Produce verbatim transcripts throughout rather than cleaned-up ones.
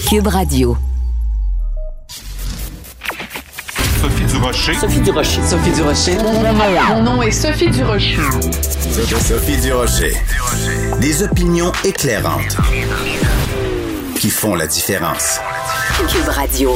Cube Radio. Sophie Durocher. Sophie Durocher. Sophie Durocher. Mon nom, mon nom est Sophie Durocher. Sophie Durocher. Des opinions éclairantes qui font la différence. Cube Radio.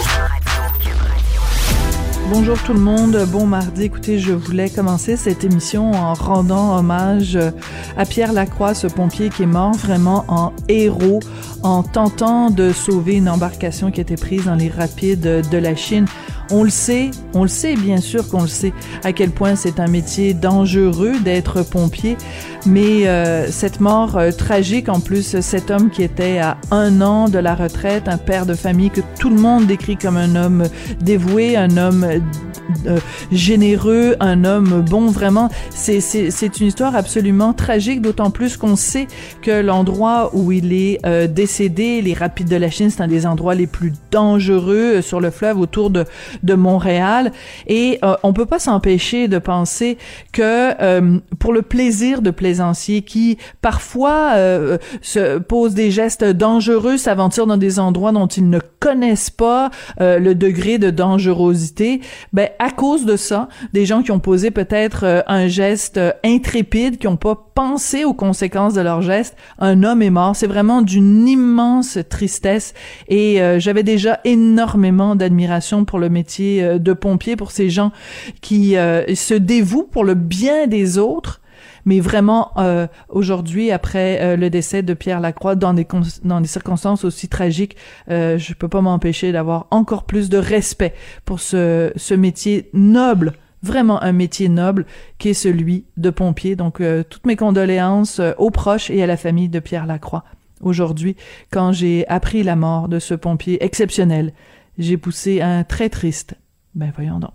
Bonjour tout le monde, bon mardi. Écoutez, je voulais commencer cette émission en rendant hommage à Pierre Lacroix, ce pompier qui est mort vraiment en héros, en tentant de sauver une embarcation qui était prise dans les rapides de la Chine. On le sait, on le sait, bien sûr qu'on le sait, à quel point c'est un métier dangereux d'être pompier, mais euh, cette mort euh, tragique, en plus, cet homme qui était à un an de la retraite, un père de famille que tout le monde décrit comme un homme dévoué, un homme euh, généreux, un homme bon, vraiment, c'est, c'est, c'est une histoire absolument tragique, d'autant plus qu'on sait que l'endroit où il est euh, décédé, les rapides de la Chine, c'est un des endroits les plus dangereux euh, sur le fleuve autour de de Montréal, et euh, on peut pas s'empêcher de penser que euh, pour le plaisir de plaisanciers qui parfois euh, se posent des gestes dangereux, s'aventurent dans des endroits dont ils ne connaissent pas euh, le degré de dangerosité, ben à cause de ça, des gens qui ont posé peut-être euh, un geste euh, intrépide, qui ont pas pensé aux conséquences de leur geste, un homme est mort. C'est vraiment d'une immense tristesse, et euh, j'avais déjà énormément d'admiration pour le métier de pompier, pour ces gens qui euh, se dévouent pour le bien des autres. Mais vraiment, euh, aujourd'hui, après euh, le décès de Pierre Lacroix, dans des, cons- dans des circonstances aussi tragiques, euh, je peux pas m'empêcher d'avoir encore plus de respect pour ce, ce métier noble, vraiment un métier noble, qui est celui de pompier. Donc, euh, toutes mes condoléances euh, aux proches et à la famille de Pierre Lacroix. Aujourd'hui, quand j'ai appris la mort de ce pompier exceptionnel, j'ai poussé un très triste. Ben voyons donc.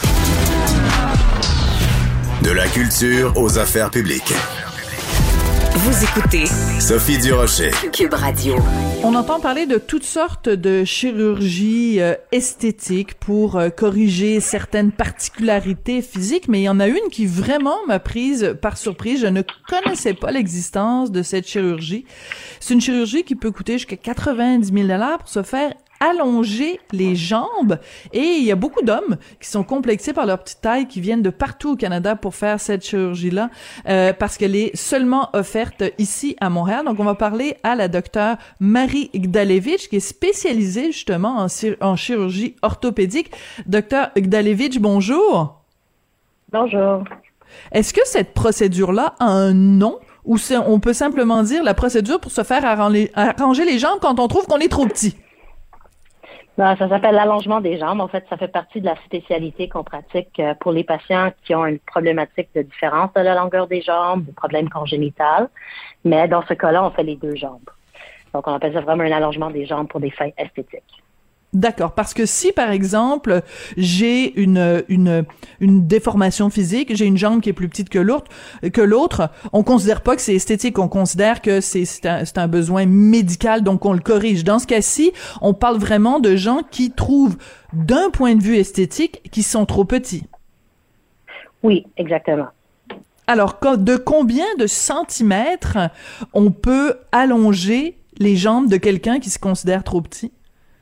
De la culture aux affaires publiques. Vous écoutez Sophie Durocher. Cube Radio. On entend parler de toutes sortes de chirurgies euh, esthétiques pour euh, corriger certaines particularités physiques, mais il y en a une qui vraiment m'a prise par surprise. Je ne connaissais pas l'existence de cette chirurgie. C'est une chirurgie qui peut coûter jusqu'à quatre-vingt-dix mille dollars pour se faire allonger les jambes, et il y a beaucoup d'hommes qui sont complexés par leur petite taille, qui viennent de partout au Canada pour faire cette chirurgie-là, euh, parce qu'elle est seulement offerte ici à Montréal. Donc on va parler à la docteure Marie Gdalewicz, qui est spécialisée justement en, en chirurgie orthopédique. Docteur Gdalewicz, bonjour. Bonjour. Est-ce que cette procédure-là a un nom, ou c'est, on peut simplement dire la procédure pour se faire arranger, arranger les jambes quand on trouve qu'on est trop petit? Non, ça s'appelle l'allongement des jambes. En fait, ça fait partie de la spécialité qu'on pratique pour les patients qui ont une problématique de différence de la longueur des jambes, des problèmes congénitaux. Mais dans ce cas-là, on fait les deux jambes. Donc, on appelle ça vraiment un allongement des jambes pour des fins esthétiques. D'accord, parce que si, par exemple, j'ai une une une déformation physique, j'ai une jambe qui est plus petite que l'autre, que l'autre, on considère pas que c'est esthétique, on considère que c'est c'est un, c'est un besoin médical, donc on le corrige. Dans ce cas-ci, on parle vraiment de gens qui trouvent, d'un point de vue esthétique, qu'ils sont trop petits. Oui, exactement. Alors, de combien de centimètres on peut allonger les jambes de quelqu'un qui se considère trop petit?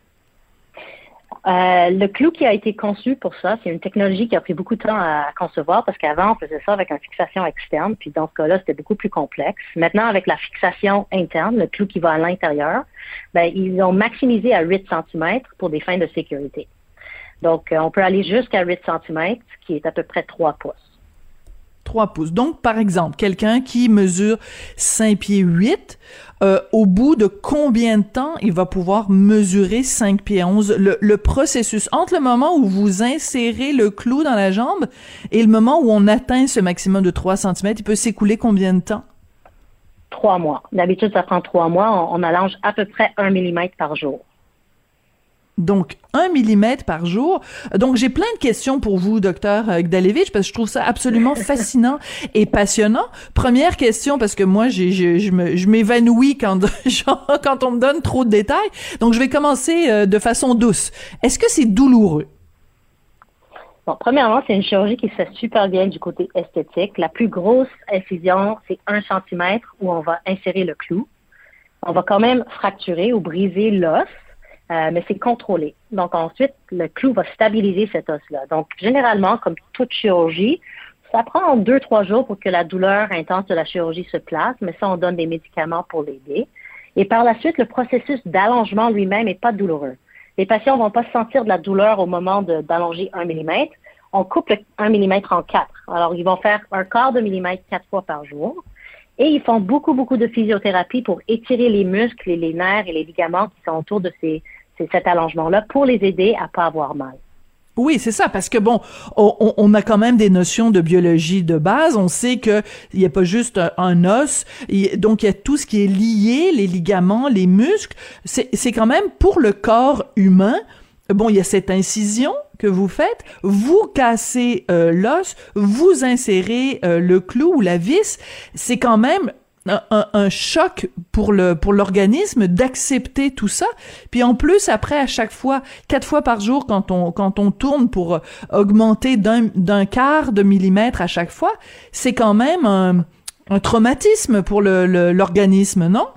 Euh, le clou qui a été conçu pour ça, c'est une technologie qui a pris beaucoup de temps à concevoir, parce qu'avant, on faisait ça avec une fixation externe, puis dans ce cas-là, c'était beaucoup plus complexe. Maintenant, avec la fixation interne, le clou qui va à l'intérieur, ben, ils ont maximisé à huit centimètres pour des fins de sécurité. Donc, euh, on peut aller jusqu'à huit centimètres, ce qui est à peu près trois pouces. trois pouces. Donc, par exemple, quelqu'un qui mesure cinq pieds huit, euh, au bout de combien de temps il va pouvoir mesurer cinq pieds onze? Le, le processus entre le moment où vous insérez le clou dans la jambe et le moment où on atteint ce maximum de trois centimètres, il peut s'écouler combien de temps? Trois mois. D'habitude, ça prend trois mois. On, on allonge à peu près un millimètre par jour. Donc, un millimètre par jour. Donc, j'ai plein de questions pour vous, docteur Gdalewicz, parce que je trouve ça absolument fascinant et passionnant. Première question, parce que moi, j'ai, j'ai, je, me, je m'évanouis quand, genre, quand on me donne trop de détails. Donc, je vais commencer euh, de façon douce. Est-ce que c'est douloureux? Bon, premièrement, c'est une chirurgie qui se fait super bien du côté esthétique. La plus grosse incision, c'est un centimètre où on va insérer le clou. On va quand même fracturer ou briser l'os, euh, mais c'est contrôlé. Donc ensuite, le clou va stabiliser cet os-là. Donc généralement, comme toute chirurgie, ça prend deux, trois jours pour que la douleur intense de la chirurgie se place, mais ça, on donne des médicaments pour l'aider. Et par la suite, le processus d'allongement lui-même n'est pas douloureux. Les patients ne vont pas sentir de la douleur au moment de, d'allonger un millimètre. On coupe le un millimètre en quatre. Alors, ils vont faire un quart de millimètre quatre fois par jour. Et ils font beaucoup, beaucoup de physiothérapie pour étirer les muscles et les nerfs et les ligaments qui sont autour de ces, ces, cet allongement-là pour les aider à pas avoir mal. Oui, c'est ça, parce que bon, on, on a quand même des notions de biologie de base. On sait que il y a pas juste un, un os, il, donc il y a tout ce qui est lié, les ligaments, les muscles. C'est, c'est quand même pour le corps humain. Bon, il y a cette incision que vous faites, vous cassez euh, l'os, vous insérez euh, le clou ou la vis. C'est quand même Un, un, un choc pour le pour l'organisme d'accepter tout ça. Puis en plus, après, à chaque fois, quatre fois par jour, quand on quand on tourne pour augmenter d'un d'un quart de millimètre à chaque fois, c'est quand même un, un traumatisme pour le, le l'organisme, non?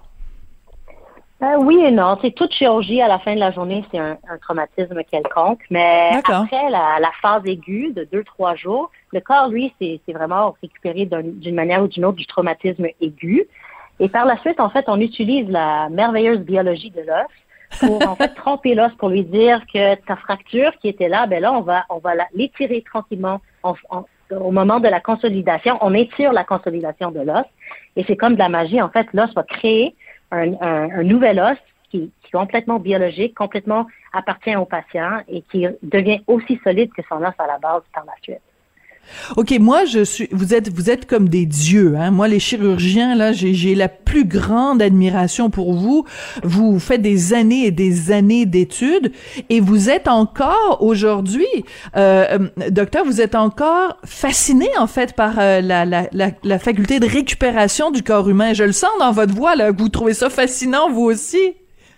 Euh, oui et non. C'est toute chirurgie à la fin de la journée, c'est un, un traumatisme quelconque. Mais D'accord. après la, la phase aiguë de deux, trois jours, le corps, lui, c'est, c'est vraiment récupéré d'un, d'une manière ou d'une autre du traumatisme aigu. Et par la suite, en fait, on utilise la merveilleuse biologie de l'os pour, en fait, tromper l'os pour lui dire que ta fracture qui était là, ben là, on va, on va la, l'étirer tranquillement en, en, au moment de la consolidation. On étire la consolidation de l'os. Et c'est comme de la magie. En fait, l'os va créer Un, un, un nouvel os qui, qui est complètement biologique, complètement appartient au patient et qui devient aussi solide que son os à la base par la suite. OK, moi je suis vous êtes vous êtes comme des dieux hein. Moi les chirurgiens là, j'ai j'ai la plus grande admiration pour vous. Vous faites des années et des années d'études et vous êtes encore aujourd'hui euh, docteur, vous êtes encore fasciné en fait par euh, la, la la la faculté de récupération du corps humain. Je le sens dans votre voix là, que vous trouvez ça fascinant vous aussi.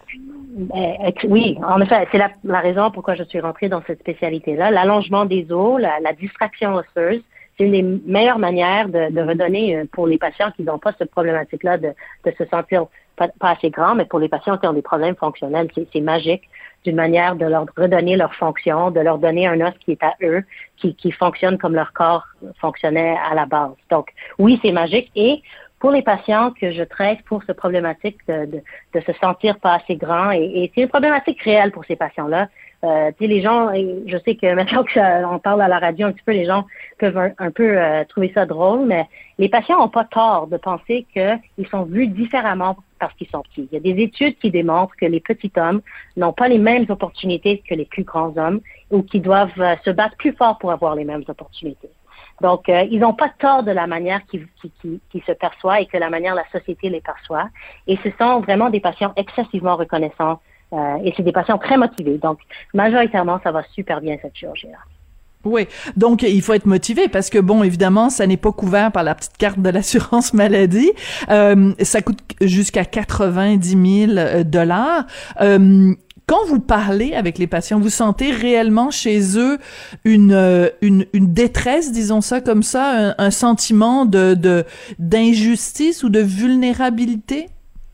Euh, oui, en effet, c'est la, la raison pourquoi je suis rentrée dans cette spécialité-là. L'allongement des os, la, la distraction osseuse, c'est une des meilleures manières de, de redonner pour les patients qui n'ont pas cette problématique-là de, de se sentir pas, pas assez grand, mais pour les patients qui ont des problèmes fonctionnels, c'est, c'est magique d'une manière de leur redonner leur fonction, de leur donner un os qui est à eux, qui, qui fonctionne comme leur corps fonctionnait à la base. Donc, oui, c'est magique et pour les patients que je traite pour cette problématique de, de, de se sentir pas assez grand, et, et c'est une problématique réelle pour ces patients-là. Euh, tu sais, les gens, je sais que maintenant qu'on parle à la radio un petit peu, les gens peuvent un, un peu euh, trouver ça drôle, mais les patients n'ont pas tort de penser qu'ils sont vus différemment parce qu'ils sont petits. Il y a des études qui démontrent que les petits hommes n'ont pas les mêmes opportunités que les plus grands hommes ou qui doivent euh, se battre plus fort pour avoir les mêmes opportunités. Donc, euh, ils n'ont pas tort de la manière qui, qui, qui, qui se perçoit et que la manière la société les perçoit. Et ce sont vraiment des patients excessivement reconnaissants euh, et c'est des patients très motivés. Donc, majoritairement, ça va super bien cette chirurgie-là. Oui, donc il faut être motivé parce que bon, évidemment, ça n'est pas couvert par la petite carte de l'assurance maladie. Euh, ça coûte jusqu'à quatre-vingt-dix mille dollars. Euh, Quand vous parlez avec les patients, vous sentez réellement chez eux une une, une détresse, disons ça comme ça, un, un sentiment de, de d'injustice ou de vulnérabilité?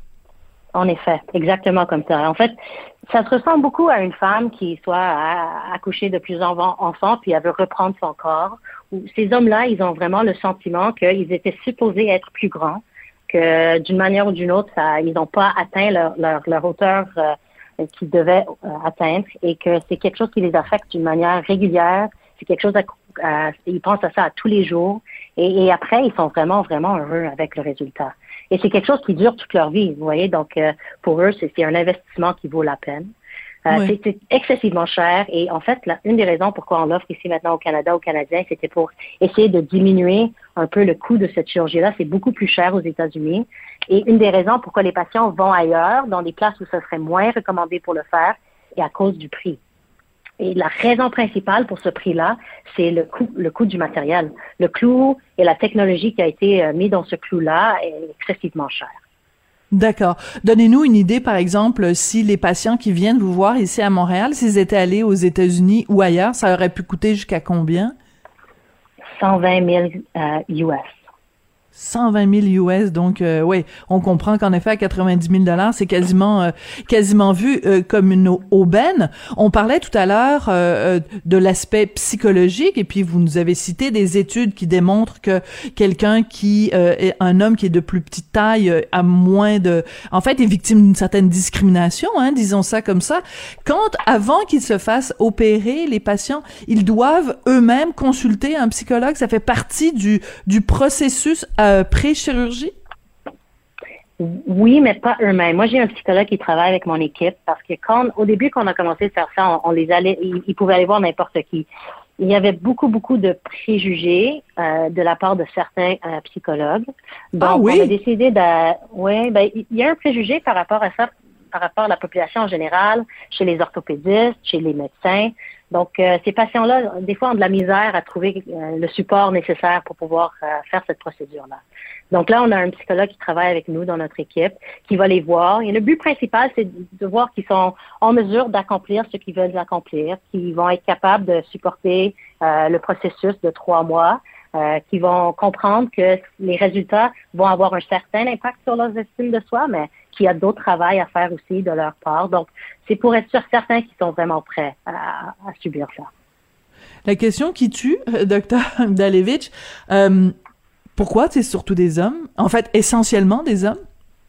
En effet, exactement comme ça. En fait, ça se ressemble beaucoup à une femme qui soit à, accouchée de plusieurs enfants puis elle veut reprendre son corps. Ces hommes-là, ils ont vraiment le sentiment qu'ils étaient supposés être plus grands, que d'une manière ou d'une autre, ça, ils n'ont pas atteint leur leur, leur hauteur euh, qu'ils devaient euh, atteindre et que c'est quelque chose qui les affecte d'une manière régulière. C'est quelque chose à, à ils pensent à ça à tous les jours et, et après ils sont vraiment vraiment heureux avec le résultat. Et c'est quelque chose qui dure toute leur vie, vous voyez. Donc euh, pour eux c'est, c'est un investissement qui vaut la peine. Euh, oui. c'est, c'est excessivement cher et en fait la, une des raisons pourquoi on l'offre ici maintenant au Canada aux Canadiens, c'était pour essayer de diminuer un peu le coût de cette chirurgie-là. C'est beaucoup plus cher aux États-Unis. Et une des raisons pourquoi les patients vont ailleurs, dans des places où ce serait moins recommandé pour le faire, est à cause du prix. Et la raison principale pour ce prix-là, c'est le coût, le coût du matériel. Le clou et la technologie qui a été euh, mis dans ce clou-là est excessivement cher. D'accord. Donnez-nous une idée, par exemple, si les patients qui viennent vous voir ici à Montréal, s'ils étaient allés aux États-Unis ou ailleurs, ça aurait pu coûter jusqu'à combien? cent vingt mille euh, U S. cent vingt mille U S, donc euh, ouais, on comprend qu'en effet à quatre-vingt-dix mille dollars, c'est quasiment euh, quasiment vu euh, comme une aubaine. On parlait tout à l'heure euh, de l'aspect psychologique, et puis vous nous avez cité des études qui démontrent que quelqu'un qui euh, est un homme qui est de plus petite taille euh, a moins de, en fait, est victime d'une certaine discrimination, hein, disons ça comme ça. Quand avant qu'ils se fassent opérer, les patients, ils doivent eux-mêmes consulter un psychologue. Ça fait partie du du processus euh, pré-chirurgie? Oui, mais pas eux-mêmes. Moi, j'ai un psychologue qui travaille avec mon équipe parce que quand, au début, quand on a commencé à faire ça, on, on les allait, ils, ils pouvaient aller voir n'importe qui. Il y avait beaucoup, beaucoup de préjugés euh, de la part de certains euh, psychologues. Donc, ah oui? On a décidé de... Oui, ben, il y a un préjugé par rapport à ça, par rapport à la population en général, chez les orthopédistes, chez les médecins. Donc, euh, ces patients-là, des fois, ont de la misère à trouver euh, le support nécessaire pour pouvoir euh, faire cette procédure-là. Donc là, on a un psychologue qui travaille avec nous dans notre équipe, qui va les voir. Et le but principal, c'est de voir qu'ils sont en mesure d'accomplir ce qu'ils veulent accomplir, qu'ils vont être capables de supporter euh, le processus de trois mois, euh, qu'ils vont comprendre que les résultats vont avoir un certain impact sur leur estime de soi, mais qu'il y a d'autres travail à faire aussi de leur part. Donc, c'est pour être sûr certains qu'ils sont vraiment prêts à, à subir ça. La question qui tue, docteur Mdalevich, euh, pourquoi c'est surtout des hommes? En fait, essentiellement des hommes?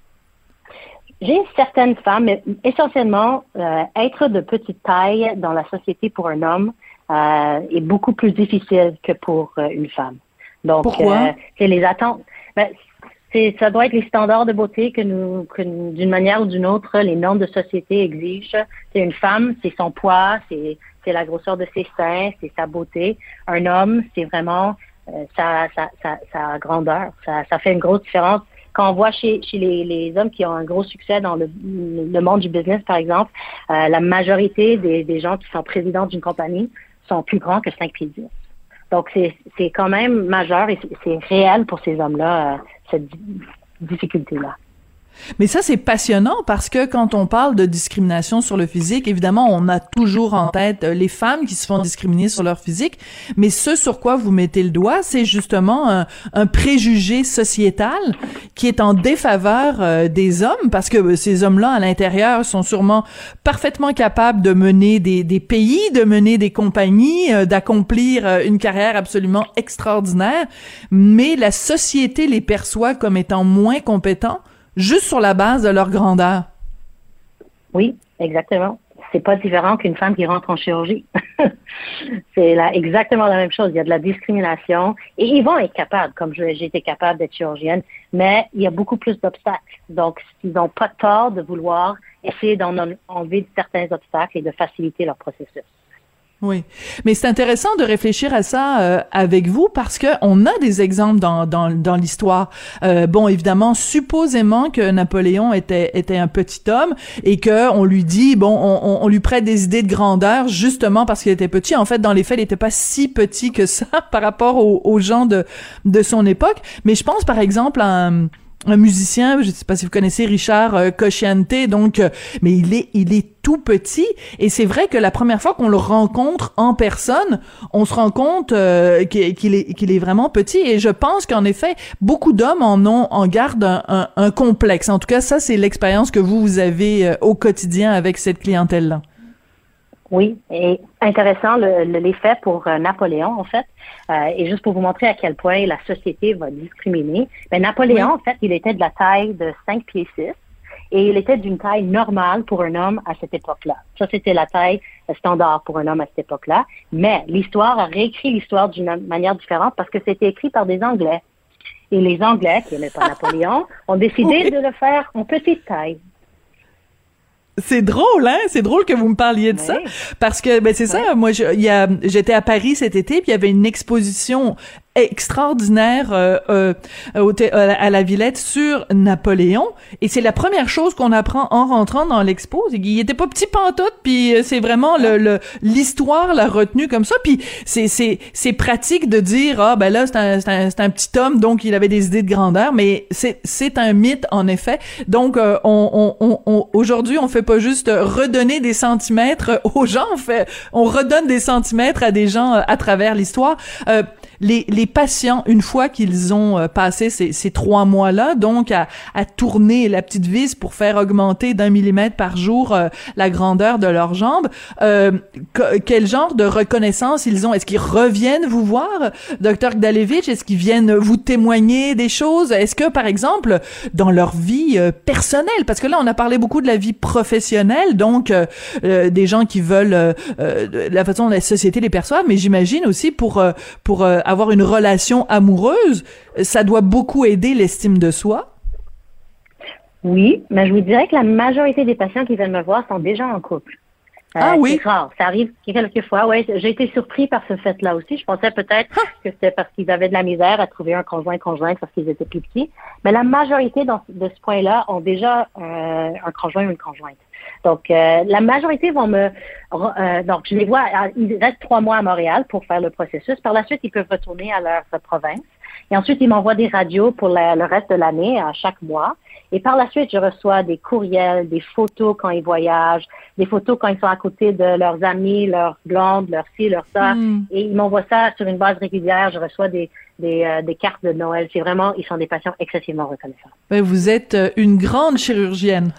J'ai certaines femmes, mais essentiellement, euh, être de petite taille dans la société pour un homme euh, est beaucoup plus difficile que pour euh, une femme. Donc, pourquoi? Euh, c'est les attentes. Ben, c'est, ça doit être les standards de beauté que nous, que nous, d'une manière ou d'une autre, les normes de société exigent. C'est une femme, c'est son poids, c'est, c'est la grosseur de ses seins, c'est sa beauté. Un homme, c'est vraiment euh, sa, sa, sa, sa grandeur. Ça, ça fait une grosse différence. Quand on voit chez, chez les, les hommes qui ont un gros succès dans le, le monde du business, par exemple, euh, la majorité des, des gens qui sont présidents d'une compagnie sont plus grands que cinq pieds dix. Donc, c'est, c'est quand même majeur et c'est, c'est réel pour ces hommes-là, euh, cette difficulté-là. Mais ça, c'est passionnant parce que quand on parle de discrimination sur le physique, évidemment, on a toujours en tête les femmes qui se font discriminer sur leur physique, mais ce sur quoi vous mettez le doigt, c'est justement un, un préjugé sociétal qui est en défaveur euh, des hommes, parce que ces hommes-là, à l'intérieur, sont sûrement parfaitement capables de mener des, des pays, de mener des compagnies, euh, d'accomplir euh, une carrière absolument extraordinaire, mais la société les perçoit comme étant moins compétents, juste sur la base de leur grandeur. Oui, exactement. C'est pas différent qu'une femme qui rentre en chirurgie. C'est là, exactement la même chose. Il y a de la discrimination et ils vont être capables, comme j'ai été capable d'être chirurgienne, mais il y a beaucoup plus d'obstacles. Donc, ils n'ont pas tort de vouloir essayer d'en enlever certains obstacles et de faciliter leur processus. Oui, mais c'est intéressant de réfléchir à ça euh, avec vous parce que on a des exemples dans dans dans l'histoire. Euh, bon, évidemment, supposément que Napoléon était était un petit homme et que on lui dit bon, on, on lui prête des idées de grandeur justement parce qu'il était petit. En fait, dans les faits, il était pas si petit que ça par rapport aux, aux gens de de son époque. Mais je pense par exemple à un un musicien, je sais pas si vous connaissez Richard euh, Cocciante, donc, euh, mais il est, il est tout petit, et c'est vrai que la première fois qu'on le rencontre en personne, on se rend compte euh, qu'il est, qu'il est vraiment petit, et je pense qu'en effet, beaucoup d'hommes en ont, en gardent un, un, un complexe. En tout cas, ça, c'est l'expérience que vous, vous avez euh, au quotidien avec cette clientèle-là. Oui, et intéressant le, le, les faits pour euh, Napoléon, en fait. Euh, et juste pour vous montrer à quel point la société va discriminer, ben, Napoléon, oui. En fait, il était de la taille de cinq pieds six et il était d'une taille normale pour un homme à cette époque-là. Ça, c'était la taille standard pour un homme à cette époque-là. Mais l'histoire a réécrit l'histoire d'une manière différente parce que c'était écrit par des Anglais. Et les Anglais, qui n'aimaient pas Napoléon, ont décidé oui. de le faire en petite taille. C'est drôle, hein? C'est drôle que vous me parliez de oui. ça. Parce que, ben, c'est oui. ça. Moi, je, il y a, j'étais à Paris cet été, puis il y avait une exposition extraordinaire euh, euh, au thé- à la Villette sur Napoléon, et c'est la première chose qu'on apprend en rentrant dans l'expo. Il était pas petit pantoute, puis c'est vraiment le, le l'histoire l'a retenu comme ça, puis c'est c'est c'est pratique de dire ah ben là c'est un c'est un c'est un petit homme donc il avait des idées de grandeur, mais c'est c'est un mythe en effet. Donc euh, on, on on aujourd'hui on fait pas juste redonner des centimètres aux gens, on fait on redonne des centimètres à des gens à travers l'histoire. Euh, les, les patients, une fois qu'ils ont euh, passé ces, ces trois mois-là, donc à, à tourner la petite vis pour faire augmenter d'un millimètre par jour euh, la grandeur de leurs jambes, euh, que, quel genre de reconnaissance ils ont? Est-ce qu'ils reviennent vous voir, docteur Gdalewicz? Est-ce qu'ils viennent vous témoigner des choses? Est-ce que, par exemple, dans leur vie euh, personnelle, parce que là, on a parlé beaucoup de la vie professionnelle, donc euh, euh, des gens qui veulent euh, euh, la façon dont la société les perçoit, mais j'imagine aussi pour euh, pour euh, avoir une relation amoureuse, ça doit beaucoup aider l'estime de soi. Oui, mais je vous dirais que la majorité des patients qui viennent me voir sont déjà en couple. Euh, ah oui? C'est rare. Ça arrive quelques fois. Ouais, j'ai été surpris par ce fait-là aussi. Je pensais peut-être ah. que c'était parce qu'ils avaient de la misère à trouver un conjoint-conjointe parce qu'ils étaient plus petits. Mais la majorité dans, de ce point-là ont déjà euh, un conjoint ou une conjointe. Donc, euh, la majorité vont me... Euh, donc, je les vois... Ils restent trois mois à Montréal pour faire le processus. Par la suite, ils peuvent retourner à leur province. Et ensuite, ils m'envoient des radios pour la, le reste de l'année, à chaque mois. Et par la suite, je reçois des courriels, des photos quand ils voyagent, des photos quand ils sont à côté de leurs amis, leurs blondes, leurs filles, leurs sœurs. Mm. Et ils m'envoient ça sur une base régulière. Je reçois des des, euh, des cartes de Noël. C'est vraiment, ils sont des patients excessivement reconnaissants. Ben, vous êtes une grande chirurgienne.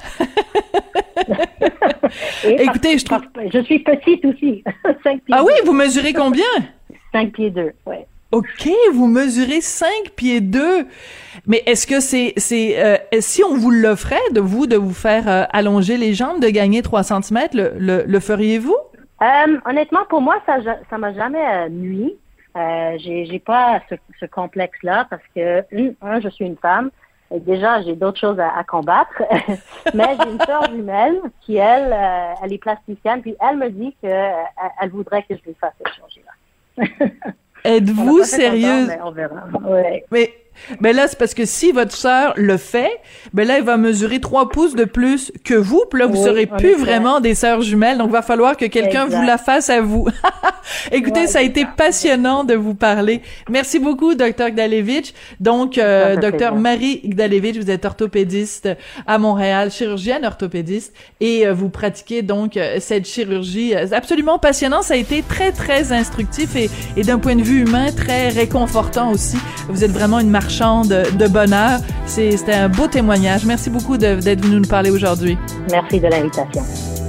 Et Écoutez, par, je trouve... Par, je suis petite aussi. cinq pieds ah deux. oui, vous mesurez combien? cinq pieds deux, oui. OK, vous mesurez cinq pieds deux. Mais est-ce que c'est c'est euh, si on vous l'offrait de vous de vous faire euh, allonger les jambes, de gagner trois centimètres, le, le, le feriez-vous? Euh, honnêtement, pour moi, ça ça m'a jamais euh, nui. Euh, j'ai j'ai pas ce, ce complexe-là parce que un, je suis une femme. Et déjà, j'ai d'autres choses à, à combattre. Mais j'ai une sœur jumelle qui, elle, euh, elle est plasticienne. Puis elle me dit que euh, elle voudrait que je lui fasse cette chirurgie-là. Êtes-vous sérieuse? Mais on verra. Ouais. Mais, mais là, c'est parce que si votre sœur le fait, ben là, elle va mesurer trois pouces de plus que vous, puis là, vous oui, serez plus vraiment des sœurs jumelles, donc il va falloir que quelqu'un exact. Vous la fasse à vous. Écoutez, ouais, ça a été ça. Passionnant de vous parler. Merci beaucoup, docteur Gdalewicz. Donc, euh, docteur Marie Gdalewicz, vous êtes orthopédiste à Montréal, chirurgienne orthopédiste, et euh, vous pratiquez donc euh, cette chirurgie absolument passionnante. Ça a été très, très instructif et, et d'un point de vue humain, très réconfortant aussi. Vous êtes vraiment une marchande de, de bonheur. C'est, c'était un beau témoignage. Merci beaucoup de, d'être venu nous parler aujourd'hui. Merci de l'invitation.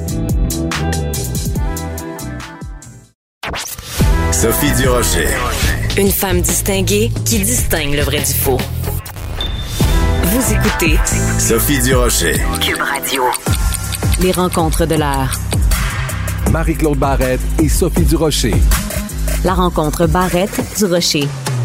Sophie Durocher. Une femme distinguée qui distingue le vrai du faux. Vous écoutez Sophie Durocher. Cube Radio. Les rencontres de l'heure. Marie-Claude Barrette et Sophie Durocher. La rencontre Barrette-Durocher.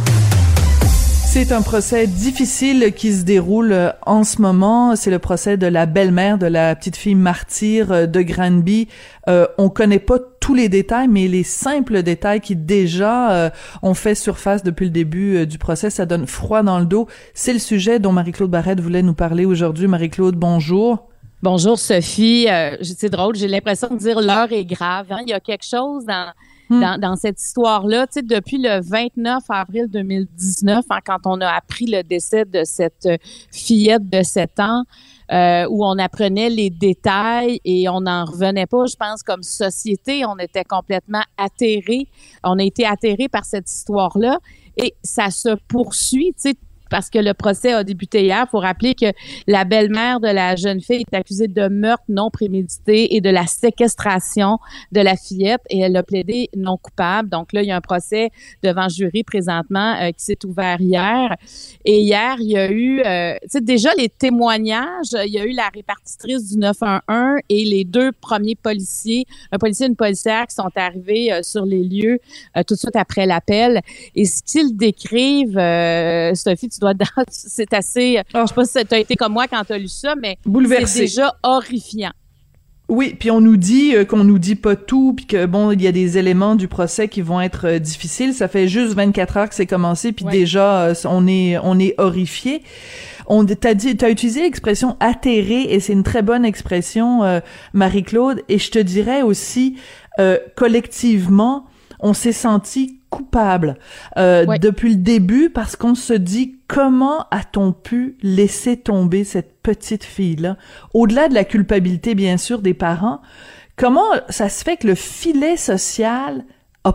C'est un procès difficile qui se déroule en ce moment. C'est le procès de la belle-mère de la petite fille martyre de Granby. Euh, on connaît pas tous les détails, mais les simples détails qui déjà euh, ont fait surface depuis le début euh, du procès, ça donne froid dans le dos. C'est le sujet dont Marie-Claude Barrette voulait nous parler aujourd'hui. Marie-Claude, bonjour. Bonjour Sophie. Euh, c'est drôle, j'ai l'impression de dire l'heure est grave. Hein? Il y a quelque chose dans... Hmm. Dans, dans cette histoire-là, tu sais, depuis le vingt-neuf avril deux mille dix-neuf, hein, quand on a appris le décès de cette fillette de sept ans, euh, où on apprenait les détails et on n'en revenait pas, je pense, comme société, on était complètement atterrés. On a été atterrés par cette histoire-là et ça se poursuit, tu sais, parce que le procès a débuté hier. Il faut rappeler que la belle-mère de la jeune fille est accusée de meurtre non prémédité et de la séquestration de la fillette et elle a plaidé non coupable. Donc là, il y a un procès devant jury présentement euh, qui s'est ouvert hier. Et hier, il y a eu, euh, tu sais, déjà les témoignages. Il y a eu la répartitrice du neuf un un et les deux premiers policiers, un policier et une policière qui sont arrivés euh, sur les lieux euh, tout de suite après l'appel. Et ce qu'ils décrivent, euh, Sophie, tu dois c'est assez, oh. je sais pas si tu as été comme moi quand tu as lu ça, mais bouleversé. C'est déjà horrifiant. Oui, puis on nous dit euh, qu'on nous dit pas tout, puis que bon, il y a des éléments du procès qui vont être euh, difficiles. Ça fait juste vingt-quatre heures que c'est commencé, puis ouais. déjà euh, on est on est horrifié. On t'as dit, t'as utilisé l'expression atterré, et c'est une très bonne expression, euh, Marie-Claude. Et je te dirais aussi, euh, collectivement, on s'est senti coupable euh, ouais. depuis le début parce qu'on se dit comment a-t-on pu laisser tomber cette petite fille-là? Au-delà de la culpabilité, bien sûr, des parents, comment ça se fait que le filet social a pas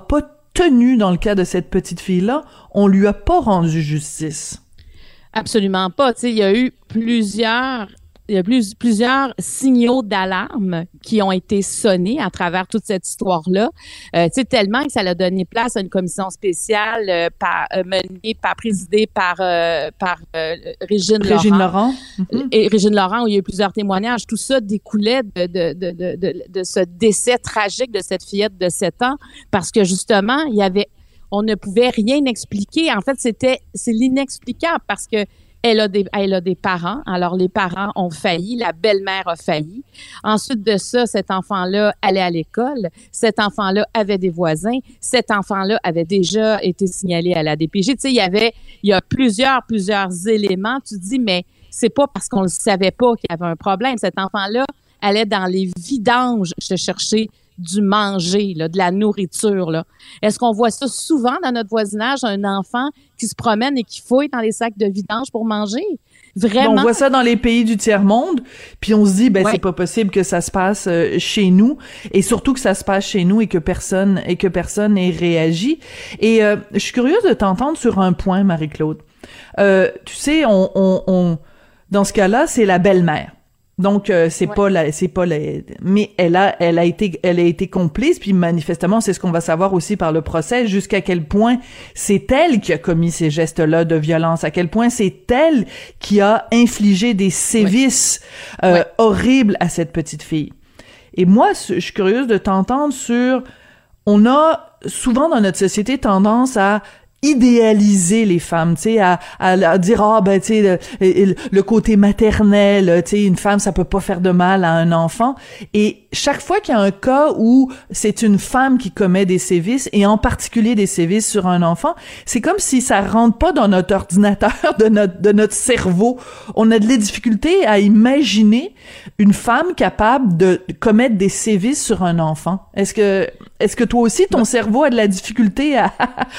tenu dans le cas de cette petite fille-là, on lui a pas rendu justice. Absolument pas. Tu sais, il y a eu plusieurs Il y a plus, plusieurs signaux d'alarme qui ont été sonnés à travers toute cette histoire-là. Euh, tu sais, tellement que ça a donné place à une commission spéciale euh, par, euh, menée, par, présidée par, euh, par euh, Régine, Régine Laurent. Laurent. Mm-hmm. Et Régine Laurent, où il y a eu plusieurs témoignages. Tout ça découlait de, de, de, de, de, de ce décès tragique de cette fillette de sept ans parce que, justement, il y avait, on ne pouvait rien expliquer. En fait, c'était, c'est l'inexplicable parce que Elle a, des, elle a des parents. Alors, les parents ont failli. La belle-mère a failli. Ensuite de ça, cet enfant-là allait à l'école. Cet enfant-là avait des voisins. Cet enfant-là avait déjà été signalé à la D P J. Tu sais, il y avait, il y a plusieurs, plusieurs éléments. Tu te dis, mais c'est pas parce qu'on ne savait pas qu'il y avait un problème. Cet enfant-là allait dans les vidanges se chercher du manger, là, de la nourriture, là. Est-ce qu'on voit ça souvent dans notre voisinage, un enfant qui se promène et qui fouille dans les sacs de vidange pour manger? Vraiment? On voit ça dans les pays du tiers-monde, puis on se dit, ben, ouais. c'est pas possible que ça se passe euh, chez nous, et surtout que ça se passe chez nous et que personne, et que personne ait réagi. Et euh, je suis curieuse de t'entendre sur un point, Marie-Claude. Euh, tu sais, on, on, on, dans ce cas-là, c'est la belle-mère. Donc euh, c'est ouais. pas la c'est pas la mais elle a elle a été elle a été complice, puis manifestement c'est ce qu'on va savoir aussi par le procès, jusqu'à quel point c'est elle qui a commis ces gestes-là de violence, à quel point c'est elle qui a infligé des sévices ouais. Euh, ouais. horribles à cette petite fille. Et moi je suis curieuse de t'entendre sur, on a souvent dans notre société tendance à idéaliser les femmes, tu sais, à, à, à dire ah oh, ben tu sais le, le côté maternel, tu sais, une femme ça peut pas faire de mal à un enfant. Et chaque fois qu'il y a un cas où c'est une femme qui commet des sévices, et en particulier des sévices sur un enfant, c'est comme si ça rentre pas dans notre ordinateur, de notre de notre cerveau. On a de la difficulté à imaginer une femme capable de commettre des sévices sur un enfant. Est-ce que est-ce que toi aussi ton cerveau a de la difficulté à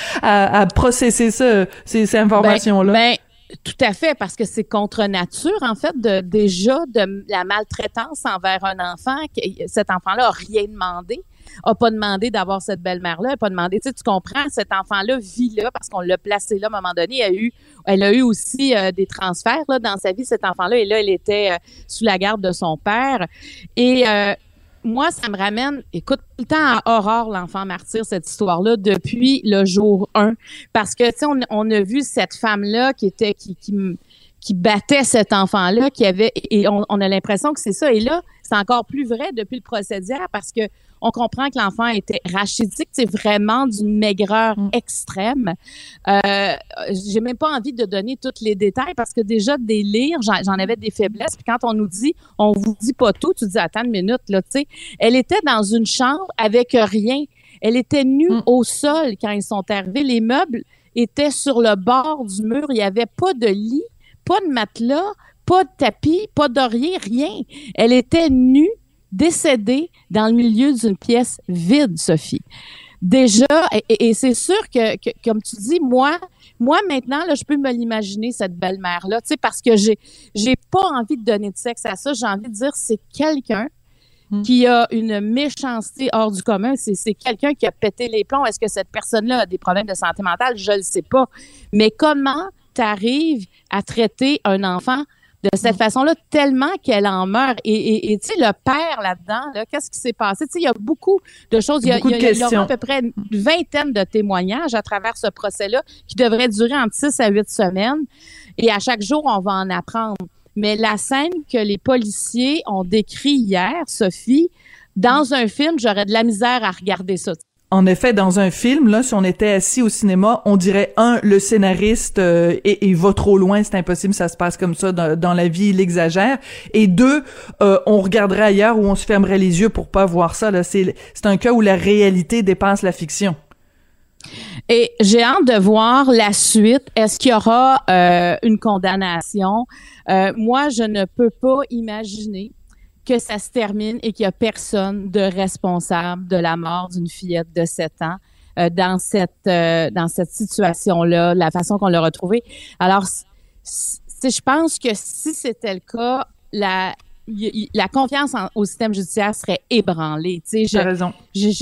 à, à processer ça, ces, ces informations-là? Ben, ben, tout à fait, parce que c'est contre nature, en fait, de, déjà, de la maltraitance envers un enfant. Cet enfant-là a rien demandé, a pas demandé d'avoir cette belle-mère-là, a pas demandé, tu sais, tu comprends, cet enfant-là vit là parce qu'on l'a placé là à un moment donné. Elle a eu, elle a eu aussi euh, des transferts là, dans sa vie, cet enfant-là, et là, elle était euh, sous la garde de son père. Et euh, moi, ça me ramène, écoute, tout le temps à Aurore, l'enfant martyr, cette histoire-là, depuis le jour un. Parce que, tu sais, on, on a vu cette femme-là qui était, qui, qui, qui battait cet enfant-là, qui avait, et on, on a l'impression que c'est ça. Et là, c'est encore plus vrai depuis le procès d'hier parce que on comprend que l'enfant était rachitique, c'est vraiment d'une maigreur mm. extrême. Euh, j'ai même pas envie de donner tous les détails parce que déjà, des lire, j'en, j'en avais des faiblesses. Puis quand on nous dit, on vous dit pas tout, tu dis, attends une minute, là, tu sais. Elle était dans une chambre avec rien. Elle était nue mm. au sol quand ils sont arrivés. Les meubles étaient sur le bord du mur. Il y avait pas de lit, pas de matelas, pas de tapis, pas d'oreiller, rien. Elle était nue, décédée dans le milieu d'une pièce vide, Sophie. Déjà, et, et c'est sûr que, que, comme tu dis, moi, moi maintenant, là, je peux me l'imaginer, cette belle-mère-là, tu sais, parce que j'ai, j'ai pas envie de donner de sexe à ça. J'ai envie de dire, c'est quelqu'un mmh. qui a une méchanceté hors du commun. C'est, c'est quelqu'un qui a pété les plombs. Est-ce que cette personne-là a des problèmes de santé mentale? Je le sais pas. Mais comment t'arrives à traiter un enfant de cette façon-là, tellement qu'elle en meurt. Et, et, et tu sais, le père là-dedans, là, qu'est-ce qui s'est passé? Tu sais, il y a beaucoup de choses. Il y a, beaucoup il y a, de questions. Il y a à peu près une vingtaine de témoignages à travers ce procès-là qui devrait durer entre six à huit semaines. Et à chaque jour, on va en apprendre. Mais la scène que les policiers ont décrit hier, Sophie, dans un film, j'aurais de la misère à regarder ça. En effet, dans un film, là, si on était assis au cinéma, on dirait, un, le scénariste euh, et, et va trop loin, c'est impossible, ça se passe comme ça dans, dans la vie, il exagère. Et deux, euh, on regarderait ailleurs ou on se fermerait les yeux pour pas voir ça. Là, c'est, c'est un cas où la réalité dépasse la fiction. Et j'ai hâte de voir la suite. Est-ce qu'il y aura euh, une condamnation? Euh, moi, je ne peux pas imaginer que ça se termine et qu'il y a personne de responsable de la mort d'une fillette de sept ans euh, dans cette euh, dans cette situation-là, la façon qu'on l'a retrouvée. Alors, je pense que si c'était le cas, la y, y, la confiance en, au système judiciaire serait ébranlée. Tu sais, T'as raison. Je, je,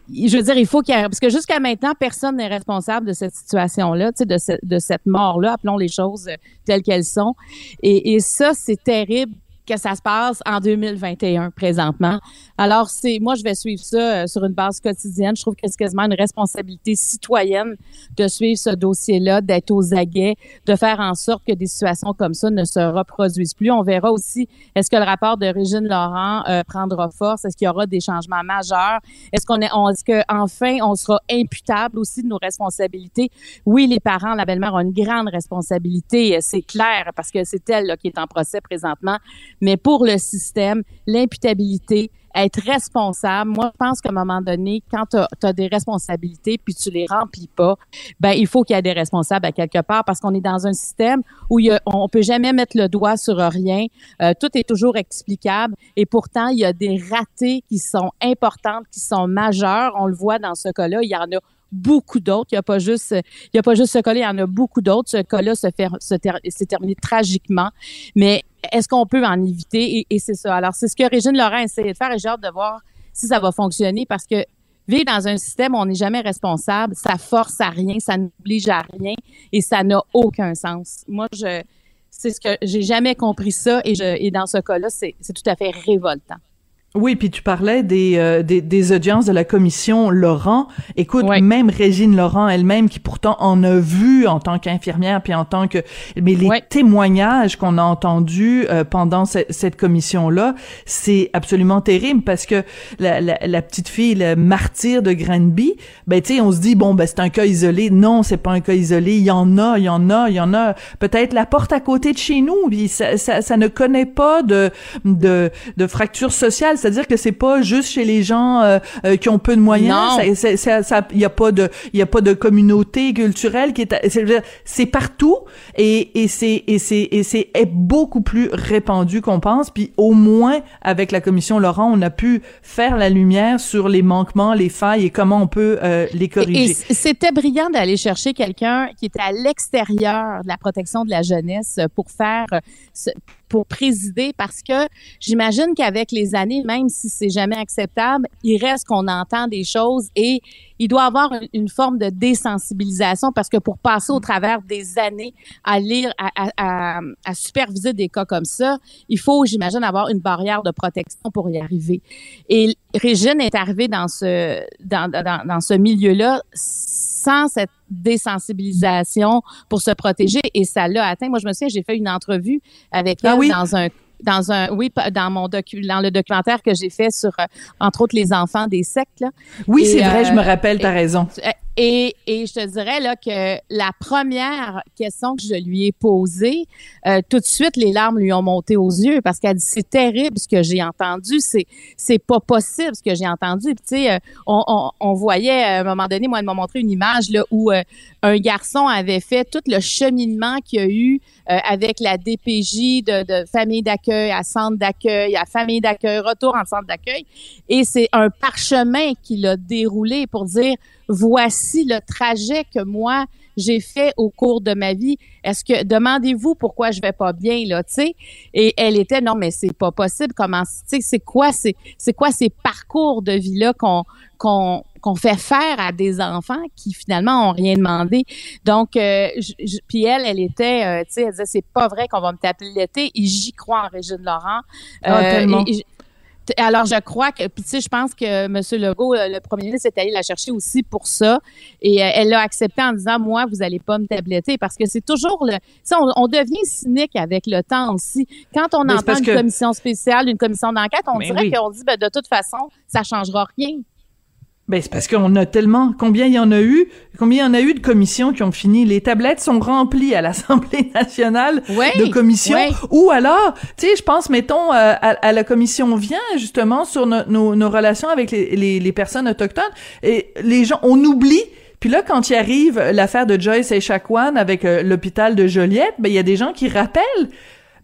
je veux dire, il faut qu'il y ait, parce que jusqu'à maintenant, personne n'est responsable de cette situation-là, tu sais, de, ce, de cette mort-là, appelons les choses telles qu'elles sont. Et, et ça, c'est terrible que ça se passe en deux mille vingt et un présentement. Alors, c'est moi, je vais suivre ça euh, sur une base quotidienne. Je trouve que c'est quasiment une responsabilité citoyenne de suivre ce dossier-là, d'être aux aguets, de faire en sorte que des situations comme ça ne se reproduisent plus. On verra aussi, est-ce que le rapport de Régine Laurent euh, prendra force? Est-ce qu'il y aura des changements majeurs? Est-ce qu'on est, on, est-ce que enfin on sera imputable aussi de nos responsabilités? Oui, les parents, la belle-mère ont une grande responsabilité, c'est clair, parce que c'est elle là, qui est en procès présentement. Mais pour le système, l'imputabilité, être responsable, moi, je pense qu'à un moment donné, quand tu as des responsabilités puis tu les remplis pas, ben il faut qu'il y ait des responsables à quelque part parce qu'on est dans un système où il y a, on peut jamais mettre le doigt sur rien. Euh, tout est toujours explicable et pourtant, il y a des ratés qui sont importantes, qui sont majeures. On le voit dans ce cas-là. Il y en a beaucoup d'autres. Il n'y a pas juste, il y a pas juste ce cas-là, il y en a beaucoup d'autres. Ce cas-là se fait, se ter, s'est terminé tragiquement. Mais est-ce qu'on peut en éviter? Et, et c'est ça. Alors, c'est ce que Régine Laurent a essayé de faire et j'ai hâte de voir si ça va fonctionner parce que vivre dans un système où on n'est jamais responsable, ça force à rien, ça n'oblige à rien et ça n'a aucun sens. Moi, je, c'est ce que j'ai jamais compris ça et, je, et dans ce cas-là, c'est, c'est tout à fait révoltant. Oui, puis tu parlais des, euh, des des audiences de la commission Laurent. Écoute, ouais. Même Régine Laurent elle-même, qui pourtant en a vu en tant qu'infirmière, puis en tant que... Mais les ouais. témoignages qu'on a entendus euh, pendant ce, cette commission-là, c'est absolument terrible parce que la, la, la petite fille, le martyr de Granby, ben tu sais, on se dit, bon, ben c'est un cas isolé. Non, c'est pas un cas isolé. Il y en a, il y en a, il y en a. Peut-être la porte à côté de chez nous, puis ça, ça, ça ne connaît pas de, de, de fracture sociale. C'est-à-dire que c'est pas juste chez les gens euh, euh, qui ont peu de moyens. Non. Ça, ça, ça, ça, y a pas de, y a pas de communauté culturelle qui est, c'est, c'est partout et et c'est et c'est et c'est est beaucoup plus répandu qu'on pense. Puis au moins avec la commission Laurent, on a pu faire la lumière sur les manquements, les failles et comment on peut euh, les corriger. Et, et c'était brillant d'aller chercher quelqu'un qui était à l'extérieur de la protection de la jeunesse pour faire ce, pour présider parce que j'imagine qu'avec les années, même si c'est jamais acceptable, il reste qu'on entend des choses et il doit y avoir une, une forme de désensibilisation parce que pour passer au travers des années à lire, à, à, à, à superviser des cas comme ça, il faut, j'imagine, avoir une barrière de protection pour y arriver. Et Régine est arrivée dans ce, dans, dans, dans ce milieu-là sans cette désensibilisation pour se protéger et ça l'a atteint. Moi, je me souviens, j'ai fait une entrevue avec elle ah oui? dans un dans un oui dans mon docu dans le documentaire que j'ai fait sur euh, entre autres les enfants des sectes là. Oui, et, c'est euh, vrai, je me rappelle, t'as et, raison. Et et je te dirais là que la première question que je lui ai posée, euh, tout de suite les larmes lui ont monté aux yeux parce qu'elle dit c'est terrible ce que j'ai entendu, c'est c'est pas possible ce que j'ai entendu. Puis tu sais euh, on, on on voyait à un moment donné, moi elle m'a montré une image là où euh, un garçon avait fait tout le cheminement qu'il y a eu euh, avec la D P J de, de famille d'accueil à centre d'accueil, à famille d'accueil, retour en centre d'accueil. Et c'est un parchemin qu'il a déroulé pour dire, voici le trajet que moi, j'ai fait au cours de ma vie. Est-ce que, demandez-vous pourquoi je vais pas bien, là, tu sais? Et elle était, non, mais c'est pas possible. Comment, tu sais, c'est quoi, c'est, c'est quoi ces parcours de vie-là qu'on, qu'on, qu'on fait faire à des enfants qui finalement ont rien demandé. Donc, euh, puis elle, elle était, euh, tu sais, elle disait, c'est pas vrai qu'on va me taper l'été. Et j'y crois en Régine Laurent. Ah, euh, tellement. Et, et, alors, je crois que, puis tu sais, je pense que M. Legault, le premier ministre, est allé la chercher aussi pour ça. Et euh, elle l'a accepté en disant, moi, vous allez pas me tabletter. Parce que c'est toujours le... Tu sais, on, on devient cynique avec le temps aussi. Quand on Mais entend une que... commission spéciale, une commission d'enquête, on Mais dirait oui. qu'on dit, ben de toute façon, ça changera rien. Ben c'est parce qu'on a tellement... Combien il y en a eu? Combien il y en a eu de commissions qui ont fini? Les tablettes sont remplies à l'Assemblée nationale ouais, de commissions. Ouais. Ou alors, tu sais, je pense, mettons, euh, à, à la commission vient justement sur no, nos, nos relations avec les, les, les personnes autochtones. Et les gens, on oublie... Puis là, quand il arrive l'affaire de Joyce Echaquan avec euh, l'hôpital de Joliette, ben il y a des gens qui rappellent...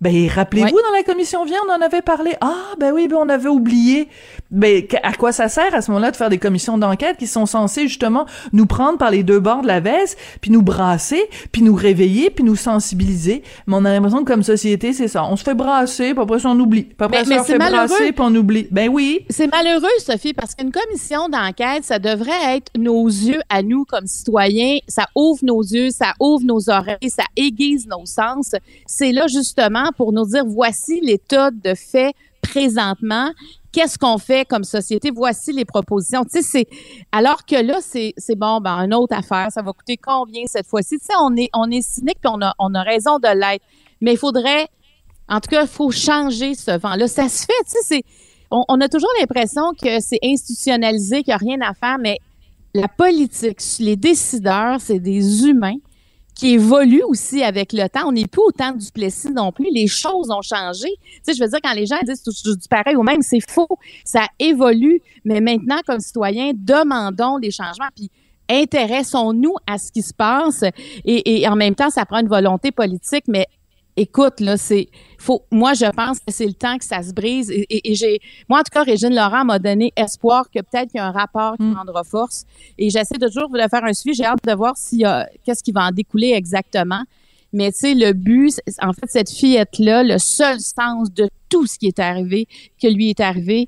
Ben, rappelez-vous, ouais. dans la commission viande, on en avait parlé. Ah, ben oui, ben on avait oublié. Ben, à quoi ça sert à ce moment-là de faire des commissions d'enquête qui sont censées justement nous prendre par les deux bords de la veste, puis nous brasser, puis nous réveiller, puis nous sensibiliser. Mais on a l'impression que comme société, c'est ça. On se fait brasser, puis après ça, on oublie. Puis après ça, on se fait malheureux. brasser, puis on oublie. Ben oui. C'est malheureux, Sophie, parce qu'une commission d'enquête, ça devrait être nos yeux à nous comme citoyens. Ça ouvre nos yeux, ça ouvre nos oreilles, ça aiguise nos sens. C'est là, justement, pour nous dire, voici l'état de fait présentement. Qu'est-ce qu'on fait comme société? Voici les propositions. Tu sais, c'est alors que là, c'est c'est bon, ben une autre affaire. Ça va coûter combien cette fois-ci? Tu sais, on est on est cynique puis on a on a raison de l'être. Mais il faudrait, en tout cas, il faut changer ce vent-là. Ça se fait. Tu sais, c'est on, on a toujours l'impression que c'est institutionnalisé, qu'il n'y a rien à faire. Mais la politique, les décideurs, c'est des humains qui évolue aussi avec le temps. On n'est plus au temps du Duplessis non plus. Les choses ont changé. Tu sais, je veux dire, quand les gens disent tout du pareil au même, c'est faux. Ça évolue. Mais maintenant, comme citoyens, demandons des changements. Puis, intéressons-nous à ce qui se passe. Et, et en même temps, ça prend une volonté politique. Mais écoute, là, c'est... faut. Moi, je pense que c'est le temps que ça se brise. Et, et, et j'ai... Moi, en tout cas, Régine Laurent m'a donné espoir que peut-être qu'il y a un rapport qui mm. prendra force. Et j'essaie de toujours de faire un suivi. J'ai hâte de voir s'il y a... qu'est-ce qui va en découler exactement. Mais tu sais, le but, en fait, cette fillette-là, le seul sens de tout ce qui est arrivé, que lui est arrivé,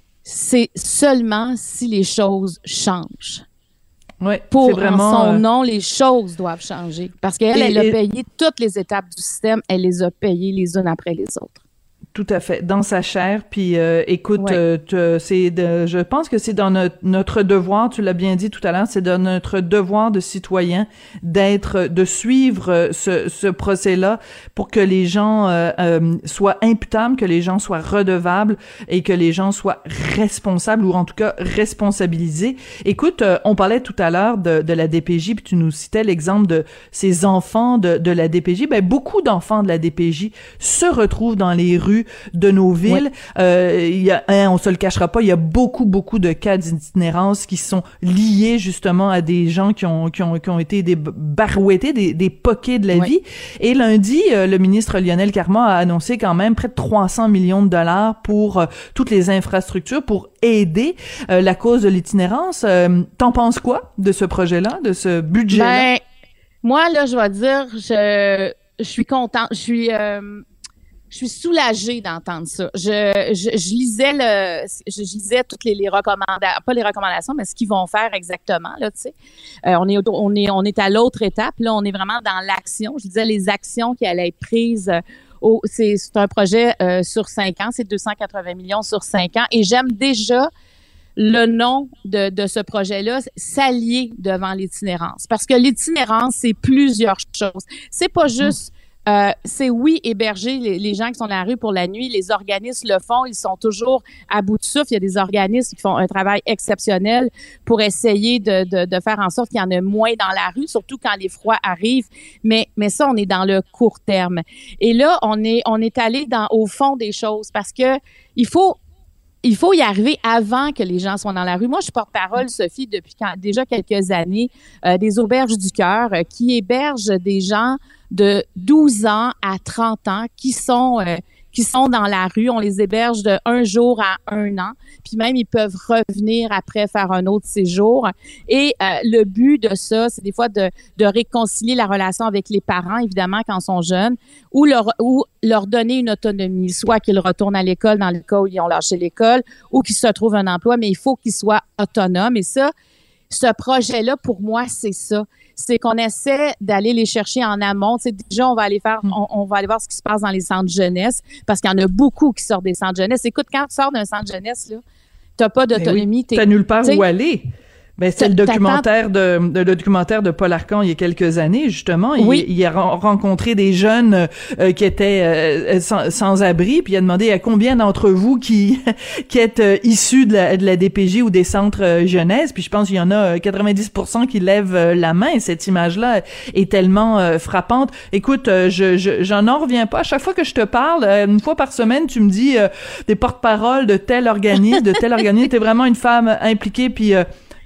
c'est seulement si les choses changent. Ouais, pour c'est vraiment, en son euh... nom, les choses doivent changer. Parce qu'elle, et, elle a et... payé toutes les étapes du système, elle les a payées les unes après les autres. Tout à fait, dans sa chair. Puis euh, écoute, ouais. euh, c'est de, je pense que c'est dans notre, notre devoir, tu l'as bien dit tout à l'heure, c'est dans notre devoir de citoyen d'être, de suivre ce, ce procès-là pour que les gens euh, euh, soient imputables, que les gens soient redevables et que les gens soient responsables ou en tout cas responsabilisés. Écoute, euh, on parlait tout à l'heure de, de la D P J, puis tu nous citais l'exemple de ces enfants de, de la D P J. Ben beaucoup d'enfants de la D P J se retrouvent dans les rues de nos villes. Oui. Euh, il y a, hein, on se le cachera pas, il y a beaucoup, beaucoup de cas d'itinérance qui sont liés justement à des gens qui ont, qui ont, qui ont été des barouettés, des, des poquets de la oui. vie. Et lundi, euh, le ministre Lionel Carman a annoncé quand même près de trois cents millions de dollars pour euh, toutes les infrastructures pour aider euh, la cause de l'itinérance. Euh, t'en penses quoi de ce projet-là, de ce budget-là? Ben, moi, là, je vais dire, je, je suis contente, je suis... Euh, Je suis soulagée d'entendre ça. Je, je, je lisais le, je, je lisais toutes les, les recommandations, pas les recommandations, mais ce qu'ils vont faire exactement, là, tu sais. Euh, on est, on est, on est à l'autre étape, là. On est vraiment dans l'action. Je disais les actions qui allaient être prises. Euh, au, c'est, c'est un projet euh, sur cinq ans. C'est deux cent quatre-vingts millions sur cinq ans. Et j'aime déjà le nom de, de ce projet-là, s'allier devant l'itinérance. Parce que l'itinérance, c'est plusieurs choses. C'est pas juste, Euh, c'est oui, héberger les, les gens qui sont dans la rue pour la nuit. Les organismes le font. Ils sont toujours à bout de souffle. Il y a des organismes qui font un travail exceptionnel pour essayer de, de, de faire en sorte qu'il y en ait moins dans la rue, surtout quand les froids arrivent. Mais, mais ça, on est dans le court terme. Et là, on est, on est allé dans, au fond des choses parce que il faut, il faut y arriver avant que les gens soient dans la rue. Moi, je porte-parole, Sophie, depuis quand, déjà quelques années, euh, des Auberges du Cœur euh, qui hébergent des gens de douze ans à trente ans qui sont euh, qui sont dans la rue. On les héberge de un jour à un an. Puis même, ils peuvent revenir après faire un autre séjour. Et euh, le but de ça, c'est des fois de, de réconcilier la relation avec les parents, évidemment, quand ils sont jeunes, ou leur, ou leur donner une autonomie, soit qu'ils retournent à l'école dans le cas où ils ont lâché l'école, ou qu'ils se trouvent un emploi, mais il faut qu'ils soient autonomes. Et ça, ce projet-là, pour moi, c'est ça. C'est qu'on essaie d'aller les chercher en amont. Tu sais, déjà, on va aller faire, on, on va aller voir ce qui se passe dans les centres jeunesse, parce qu'il y en a beaucoup qui sortent des centres jeunesse. Écoute, quand tu sors d'un centre jeunesse, là, t'as pas d'autonomie. Ben oui, t'as nulle part où aller. Ben, c'est le documentaire de, le documentaire de Paul Arcand il y a quelques années, justement. Oui. Il, il a rencontré des jeunes euh, qui étaient euh, sans, sans abri, puis il a demandé à combien d'entre vous qui qui êtes euh, issus de la, de la D P J ou des centres euh, jeunesse, puis je pense qu'il y en a quatre-vingt-dix pour cent qui lèvent euh, la main. Et cette image-là est tellement euh, frappante. Écoute, euh, je, je j'en en reviens pas. À chaque fois que je te parle, euh, une fois par semaine, tu me dis euh, des porte-paroles de tel organisme, de tel organisme. T'es vraiment une femme impliquée, puis euh,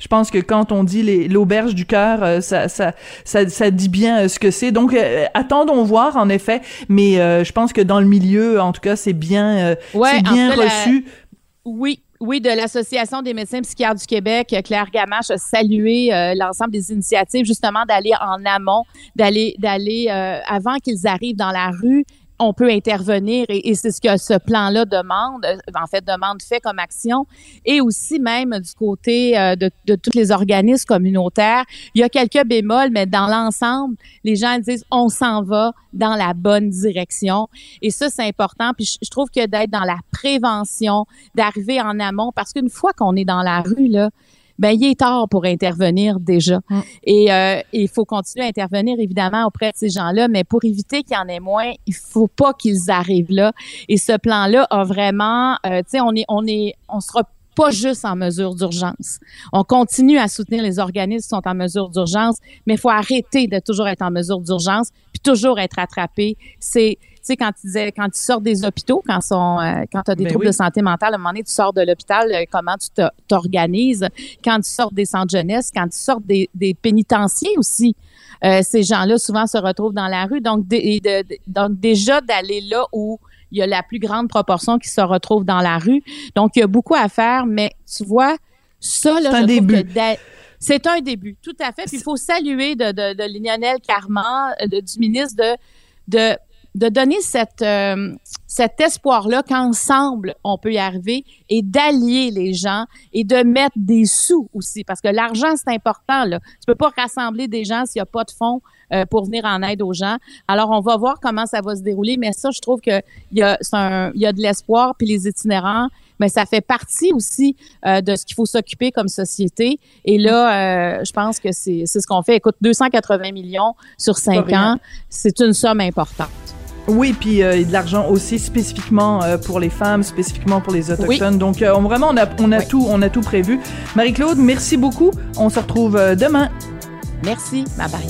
je pense que quand on dit les, l'auberge du cœur, euh, ça, ça, ça, ça dit bien euh, ce que c'est. Donc, euh, attendons voir, en effet, mais euh, je pense que dans le milieu, en tout cas, c'est bien, euh, ouais, c'est bien en fait, reçu. La... Oui. Oui, de l'Association des médecins psychiatres du Québec, Claire Gamache a salué euh, l'ensemble des initiatives, justement, d'aller en amont, d'aller, d'aller euh, avant qu'ils arrivent dans la rue. On peut intervenir et, et c'est ce que ce plan-là demande, en fait, demande fait comme action. Et aussi même du côté euh, de, de tous les organismes communautaires, il y a quelques bémols, mais dans l'ensemble, les gens disent on s'en va dans la bonne direction. Et ça, c'est important. Puis je, je trouve que d'être dans la prévention, d'arriver en amont, parce qu'une fois qu'on est dans la rue, là, ben il est tard pour intervenir déjà. Mm. Et euh, il faut continuer à intervenir, évidemment, auprès de ces gens-là, mais pour éviter qu'il y en ait moins, il faut pas qu'ils arrivent là. Et ce plan-là a vraiment, euh, tu sais, on est, on est, on sera pas juste en mesure d'urgence. On continue à soutenir les organismes qui sont en mesure d'urgence, mais il faut arrêter de toujours être en mesure d'urgence puis toujours être attrapé. C'est Tu sais, quand tu disais, quand tu sors des hôpitaux, quand sont, euh, quand tu as des ben troubles oui. de santé mentale, à un moment donné, tu sors de l'hôpital, euh, comment tu te, t'organises. Quand tu sors des centres jeunesse, quand tu sors des, des pénitenciers aussi, euh, ces gens-là souvent se retrouvent dans la rue. Donc, de, de, de, donc déjà d'aller là où il y a la plus grande proportion qui se retrouve dans la rue. Donc, il y a beaucoup à faire, mais tu vois, ça, là, c'est je un trouve début. que c'est un début, tout à fait. Puis, il faut saluer de, de, de Lionel Carman, de, du ministre de, de de donner cette, euh, cet espoir-là qu'ensemble, on peut y arriver et d'allier les gens et de mettre des sous aussi. Parce que l'argent, c'est important, là. Tu peux pas rassembler des gens s'il y a pas de fonds euh, pour venir en aide aux gens. Alors, on va voir comment ça va se dérouler. Mais ça, je trouve que il y a, c'est un, il y a de l'espoir. Puis les itinérants, mais ça fait partie aussi euh, de ce qu'il faut s'occuper comme société. Et là, euh, je pense que c'est, c'est ce qu'on fait. Écoute, deux cent quatre-vingts millions sur cinq ans, c'est une somme importante. Oui, puis euh, de l'argent aussi spécifiquement euh, pour les femmes, spécifiquement pour les autochtones. Oui. Donc euh, on, vraiment on a on a oui. tout on a tout prévu. Marie-Claude, merci beaucoup. On se retrouve euh, demain. Merci. Bye bye.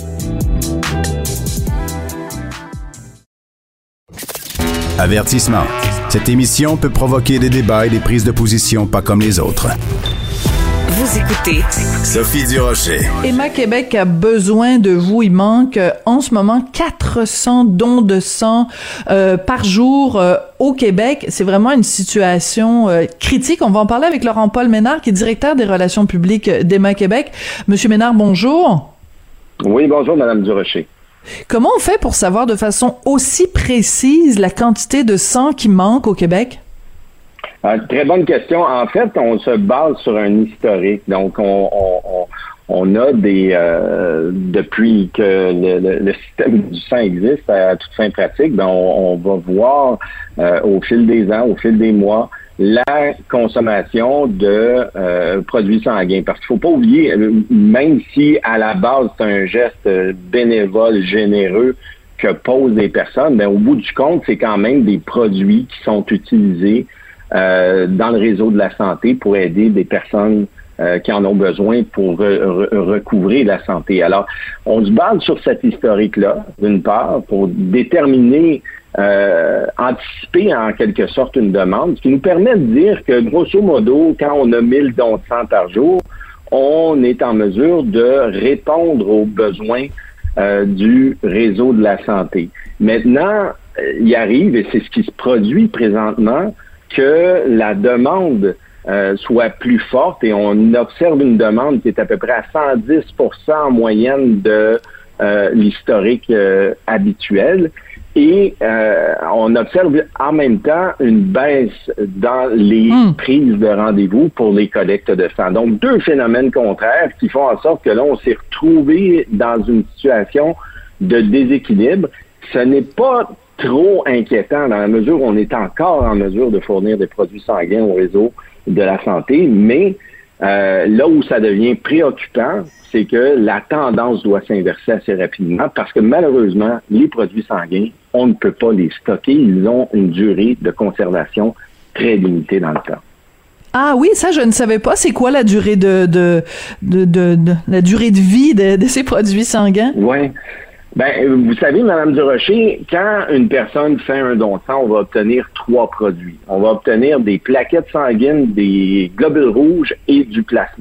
Avertissement. Cette émission peut provoquer des débats et des prises de position pas comme les autres. Vous écoutez Sophie Durocher. Emma Québec a besoin de vous. Il manque euh, en ce moment quatre cents dons de sang euh, par jour euh, au Québec. C'est vraiment une situation euh, critique. On va en parler avec Laurent-Paul Ménard, qui est directeur des relations publiques d'Emma Québec. Monsieur Ménard, bonjour. Oui, bonjour, Madame Durocher. Comment on fait pour savoir de façon aussi précise la quantité de sang qui manque au Québec? Euh, très bonne question. En fait, on se base sur un historique. Donc, on, on, on a des... Euh, depuis que le, le, le système du sang existe à toute fin pratique, ben on, on va voir euh, au fil des ans, au fil des mois, la consommation de euh, produits sanguins. Parce qu'il faut pas oublier, même si à la base, c'est un geste bénévole, généreux, que posent des personnes, ben au bout du compte, c'est quand même des produits qui sont utilisés Euh, dans le réseau de la santé pour aider des personnes euh, qui en ont besoin pour re- re- recouvrer la santé. Alors, on se base sur cet historique-là, d'une part, pour déterminer, euh, anticiper en quelque sorte une demande, ce qui nous permet de dire que, grosso modo, quand on a mille dons de sang par jour, on est en mesure de répondre aux besoins euh, du réseau de la santé. Maintenant, il arrive, et c'est ce qui se produit présentement, que la demande euh, soit plus forte et on observe une demande qui est à peu près à cent dix pour cent en moyenne de euh, l'historique euh, habituel. Et euh, on observe en même temps une baisse dans les mmh. prises de rendez-vous pour les collectes de sang. Donc, deux phénomènes contraires qui font en sorte que là, on s'est retrouvé dans une situation de déséquilibre. Ce n'est pas trop inquiétant dans la mesure où on est encore en mesure de fournir des produits sanguins au réseau de la santé, mais euh, là où ça devient préoccupant, c'est que la tendance doit s'inverser assez rapidement parce que malheureusement, les produits sanguins, on ne peut pas les stocker. Ils ont une durée de conservation très limitée dans le temps. Ah oui, ça je ne savais pas. C'est quoi la durée de, de, de, de, de la durée de vie de, de ces produits sanguins? Oui. Ben, vous savez, Mme Durocher, quand une personne fait un don de sang, on va obtenir trois produits. On va obtenir des plaquettes sanguines, des globules rouges et du plasma.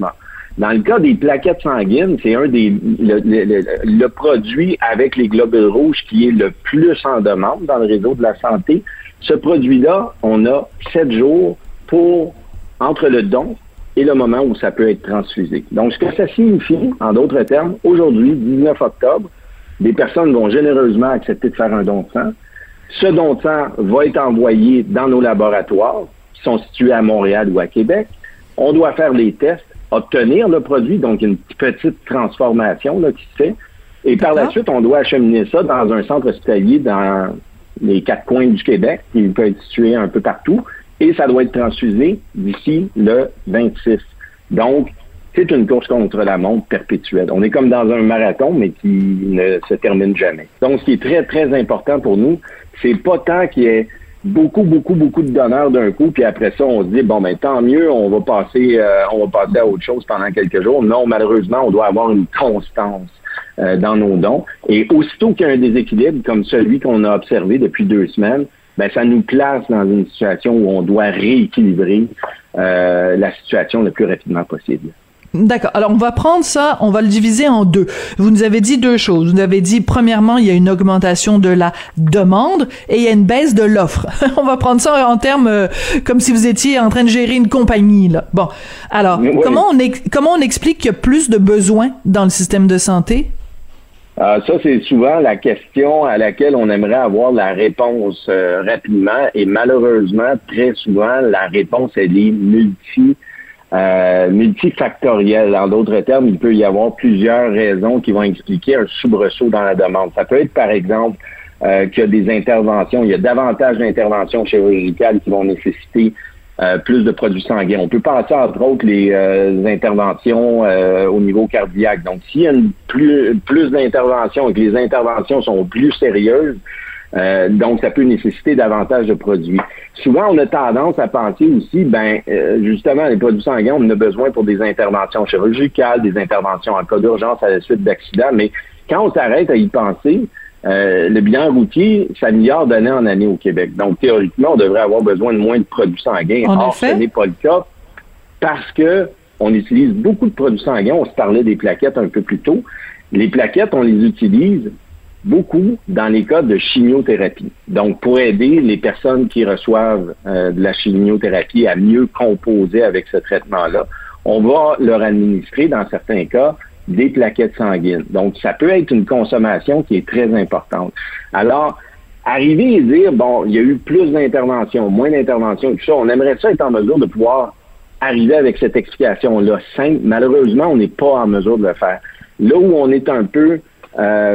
Dans le cas des plaquettes sanguines, c'est un des le, le, le, le produit avec les globules rouges qui est le plus en demande dans le réseau de la santé. Ce produit-là, on a sept jours pour entre le don et le moment où ça peut être transfusé. Donc, ce que ça signifie, en d'autres termes, aujourd'hui, dix-neuf octobre, des personnes vont généreusement accepter de faire un don de sang. Ce don de sang va être envoyé dans nos laboratoires qui sont situés à Montréal ou à Québec. On doit faire les tests, obtenir le produit, donc une petite transformation là, qui se fait. Et par la suite, on doit acheminer ça dans un centre hospitalier dans les quatre coins du Québec, qui peut être situé un peu partout. Et ça doit être transfusé d'ici le vingt-six. Donc, c'est une course contre la montre perpétuelle. On est comme dans un marathon, mais qui ne se termine jamais. Donc, ce qui est très, très important pour nous, c'est pas tant qu'il y ait beaucoup, beaucoup, beaucoup de donneurs d'un coup, puis après ça, on se dit, bon, ben tant mieux, on va passer euh, on va passer à autre chose pendant quelques jours. Non, malheureusement, on doit avoir une constance euh, dans nos dons. Et aussitôt qu'il y a un déséquilibre, comme celui qu'on a observé depuis deux semaines, ben ça nous place dans une situation où on doit rééquilibrer euh, la situation le plus rapidement possible. D'accord. Alors, on va prendre ça, on va le diviser en deux. Vous nous avez dit deux choses. Vous nous avez dit, premièrement, il y a une augmentation de la demande et il y a une baisse de l'offre. On va prendre ça en termes euh, comme si vous étiez en train de gérer une compagnie, là. Bon. Alors, oui. comment on ex- comment on explique qu'il y a plus de besoins dans le système de santé? Euh, ça, c'est souvent la question à laquelle on aimerait avoir la réponse euh, rapidement et malheureusement, très souvent, la réponse, elle est multi Euh, multifactoriel. En d'autres termes, il peut y avoir plusieurs raisons qui vont expliquer un soubresaut dans la demande. Ça peut être, par exemple, euh, qu'il y a des interventions, il y a davantage d'interventions chirurgicales qui vont nécessiter euh, plus de produits sanguins. On peut penser, entre autres, les euh, interventions euh, au niveau cardiaque. Donc, s'il y a une plus, plus d'interventions et que les interventions sont plus sérieuses, Euh, donc, ça peut nécessiter davantage de produits. Souvent, on a tendance à penser aussi, ben, euh, justement, les produits sanguins, on en a besoin pour des interventions chirurgicales, des interventions en cas d'urgence à la suite d'accidents, mais quand on s'arrête à y penser, euh, le bilan routier s'améliore d'année en année au Québec. Donc, théoriquement, on devrait avoir besoin de moins de produits sanguins. En Or, effet. ce n'est pas le cas parce que on utilise beaucoup de produits sanguins. On se parlait des plaquettes un peu plus tôt. Les plaquettes, on les utilise beaucoup dans les cas de chimiothérapie. Donc, pour aider les personnes qui reçoivent euh, de la chimiothérapie à mieux composer avec ce traitement-là, on va leur administrer, dans certains cas, des plaquettes sanguines. Donc, ça peut être une consommation qui est très importante. Alors, arriver et dire, bon, il y a eu plus d'interventions, moins d'interventions, tout ça, on aimerait ça être en mesure de pouvoir arriver avec cette explication-là simple. Malheureusement, on n'est pas en mesure de le faire. Là où on est un peu Euh,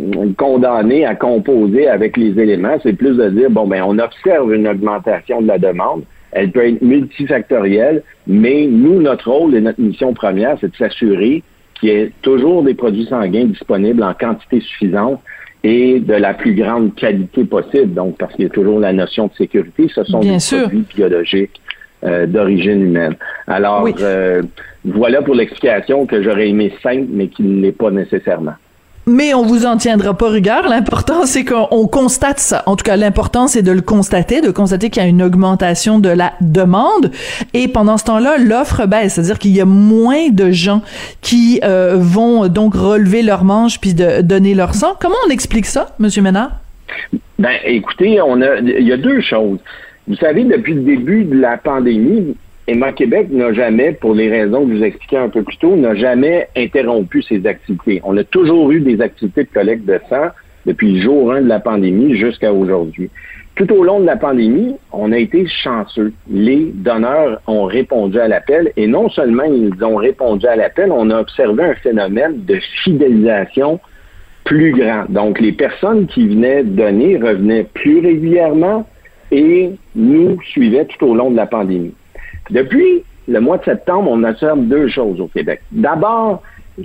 condamné à composer avec les éléments, c'est plus de dire, bon, ben, on observe une augmentation de la demande. Elle peut être multifactorielle, mais nous, notre rôle et notre mission première, c'est de s'assurer qu'il y ait toujours des produits sanguins disponibles en quantité suffisante et de la plus grande qualité possible. Donc, parce qu'il y a toujours la notion de sécurité, ce sont Bien des sûr. produits biologiques euh, d'origine humaine. Alors, Oui. euh, voilà pour l'explication que j'aurais aimé simple, mais qui ne l'est pas nécessairement. Mais on vous en tiendra pas rigueur. L'important, c'est qu'on constate ça. En tout cas, l'important, c'est de le constater, de constater qu'il y a une augmentation de la demande. Et pendant ce temps-là, l'offre baisse. C'est-à-dire qu'il y a moins de gens qui euh, vont donc relever leurs manches puis de donner leur sang. Comment on explique ça, Monsieur Ménard? Ben, écoutez, on a, il y a deux choses. Vous savez, depuis le début de la pandémie, Emma Québec n'a jamais, pour les raisons que je vous expliquais un peu plus tôt, n'a jamais interrompu ses activités. On a toujours eu des activités de collecte de sang depuis le jour un de la pandémie jusqu'à aujourd'hui. Tout au long de la pandémie, on a été chanceux. Les donneurs ont répondu à l'appel et non seulement ils ont répondu à l'appel, on a observé un phénomène de fidélisation plus grand. Donc, les personnes qui venaient donner revenaient plus régulièrement et nous suivaient tout au long de la pandémie. Depuis le mois de septembre, on observe deux choses au Québec. D'abord,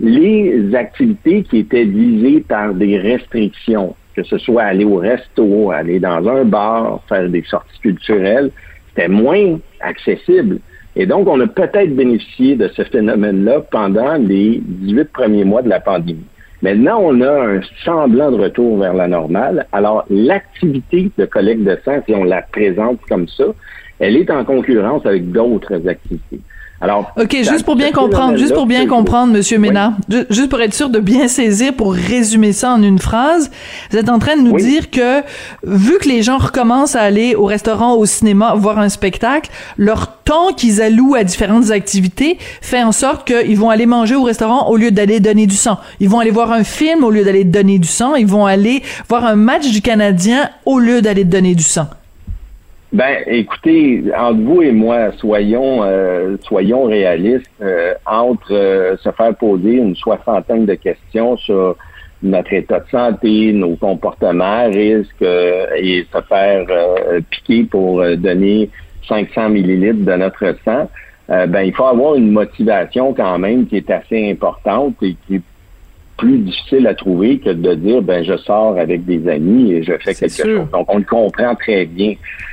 les activités qui étaient visées par des restrictions, que ce soit aller au resto, aller dans un bar, faire des sorties culturelles, c'était moins accessible. Et donc, on a peut-être bénéficié de ce phénomène-là pendant les dix-huit premiers mois de la pandémie. Maintenant, on a un semblant de retour vers la normale. Alors, l'activité de collecte de sang, si on la présente comme ça, elle est en concurrence avec d'autres activités. Alors, OK, juste pour bien comprendre, juste pour bien comprendre, Monsieur Ménard, oui. juste pour être sûr de bien saisir, pour résumer ça en une phrase, vous êtes en train de nous oui. dire que, vu que les gens recommencent à aller au restaurant, au cinéma, voir un spectacle, leur temps qu'ils allouent à différentes activités fait en sorte qu'ils vont aller manger au restaurant au lieu d'aller donner du sang. Ils vont aller voir un film au lieu d'aller donner du sang. Ils vont aller voir un match du Canadien au lieu d'aller donner du sang. Ben, écoutez, entre vous et moi, soyons euh, soyons réalistes. Euh, entre euh, se faire poser une soixantaine de questions sur notre état de santé, nos comportements, risques, euh, et se faire euh, piquer pour euh, donner cinq cents millilitres de notre sang, euh, ben il faut avoir une motivation quand même qui est assez importante et qui est plus difficile à trouver que de dire ben je sors avec des amis et je fais C'est quelque sûr. chose. Donc on le comprend très bien.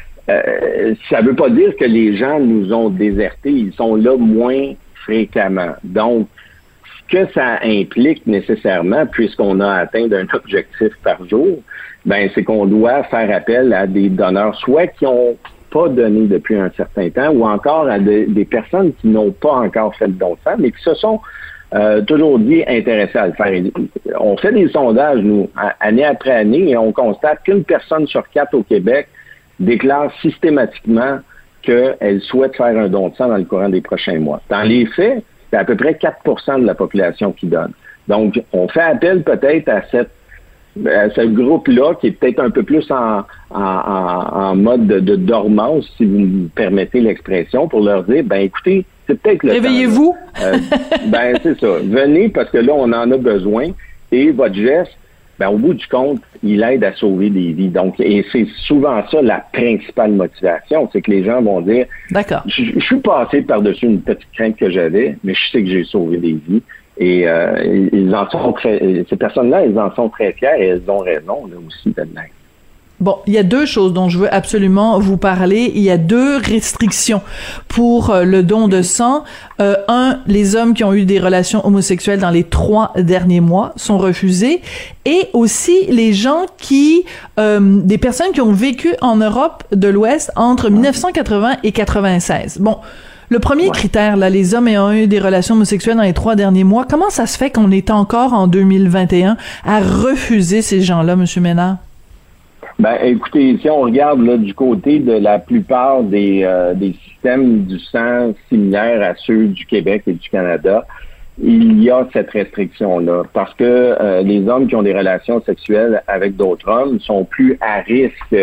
Euh, ça veut pas dire que les gens nous ont désertés, ils sont là moins fréquemment. Donc, ce que ça implique nécessairement, puisqu'on a atteint un objectif par jour, ben c'est qu'on doit faire appel à des donneurs, soit qui ont pas donné depuis un certain temps, ou encore à de, des personnes qui n'ont pas encore fait de don de sang, mais qui se sont euh, toujours dit intéressés à le faire. On fait des sondages, nous, année après année, et on constate qu'une personne sur quatre au Québec déclare systématiquement qu'elle souhaite faire un don de sang dans le courant des prochains mois. Dans les faits, c'est à peu près quatre pour cent de la population qui donne. Donc, on fait appel peut-être à cette à ce groupe-là qui est peut-être un peu plus en, en, en, en mode de, de dormance, si vous me permettez l'expression, pour leur dire, ben écoutez, c'est peut-être le Réveillez-vous. temps. Euh, ben c'est ça. Venez parce que là, on en a besoin et votre geste, ben, au bout du compte, il aide à sauver des vies. Donc, et c'est souvent ça la principale motivation, c'est que les gens vont dire, d'accord, je, je suis passé par-dessus une petite crainte que j'avais, mais je sais que j'ai sauvé des vies. Et euh, ils en sont très, ces personnes-là, elles en sont très fières et elles ont raison là aussi d'admettre. Bon, il y a deux choses dont je veux absolument vous parler. Il y a deux restrictions pour euh, le don de sang. Euh, un, les hommes qui ont eu des relations homosexuelles dans les trois derniers mois sont refusés. Et aussi les gens qui, euh, des personnes qui ont vécu en Europe de l'Ouest entre dix-neuf cent quatre-vingts et quatre-vingt-seize. Bon, le premier ouais. critère, là, les hommes ayant eu des relations homosexuelles dans les trois derniers mois, comment ça se fait qu'on est encore en deux mille vingt et un à refuser ces gens-là, M. Ménard? Ben, écoutez, si on regarde là du côté de la plupart des, euh, des systèmes du sang similaires à ceux du Québec et du Canada, il y a cette restriction-là. Parce que euh, les hommes qui ont des relations sexuelles avec d'autres hommes sont plus à risque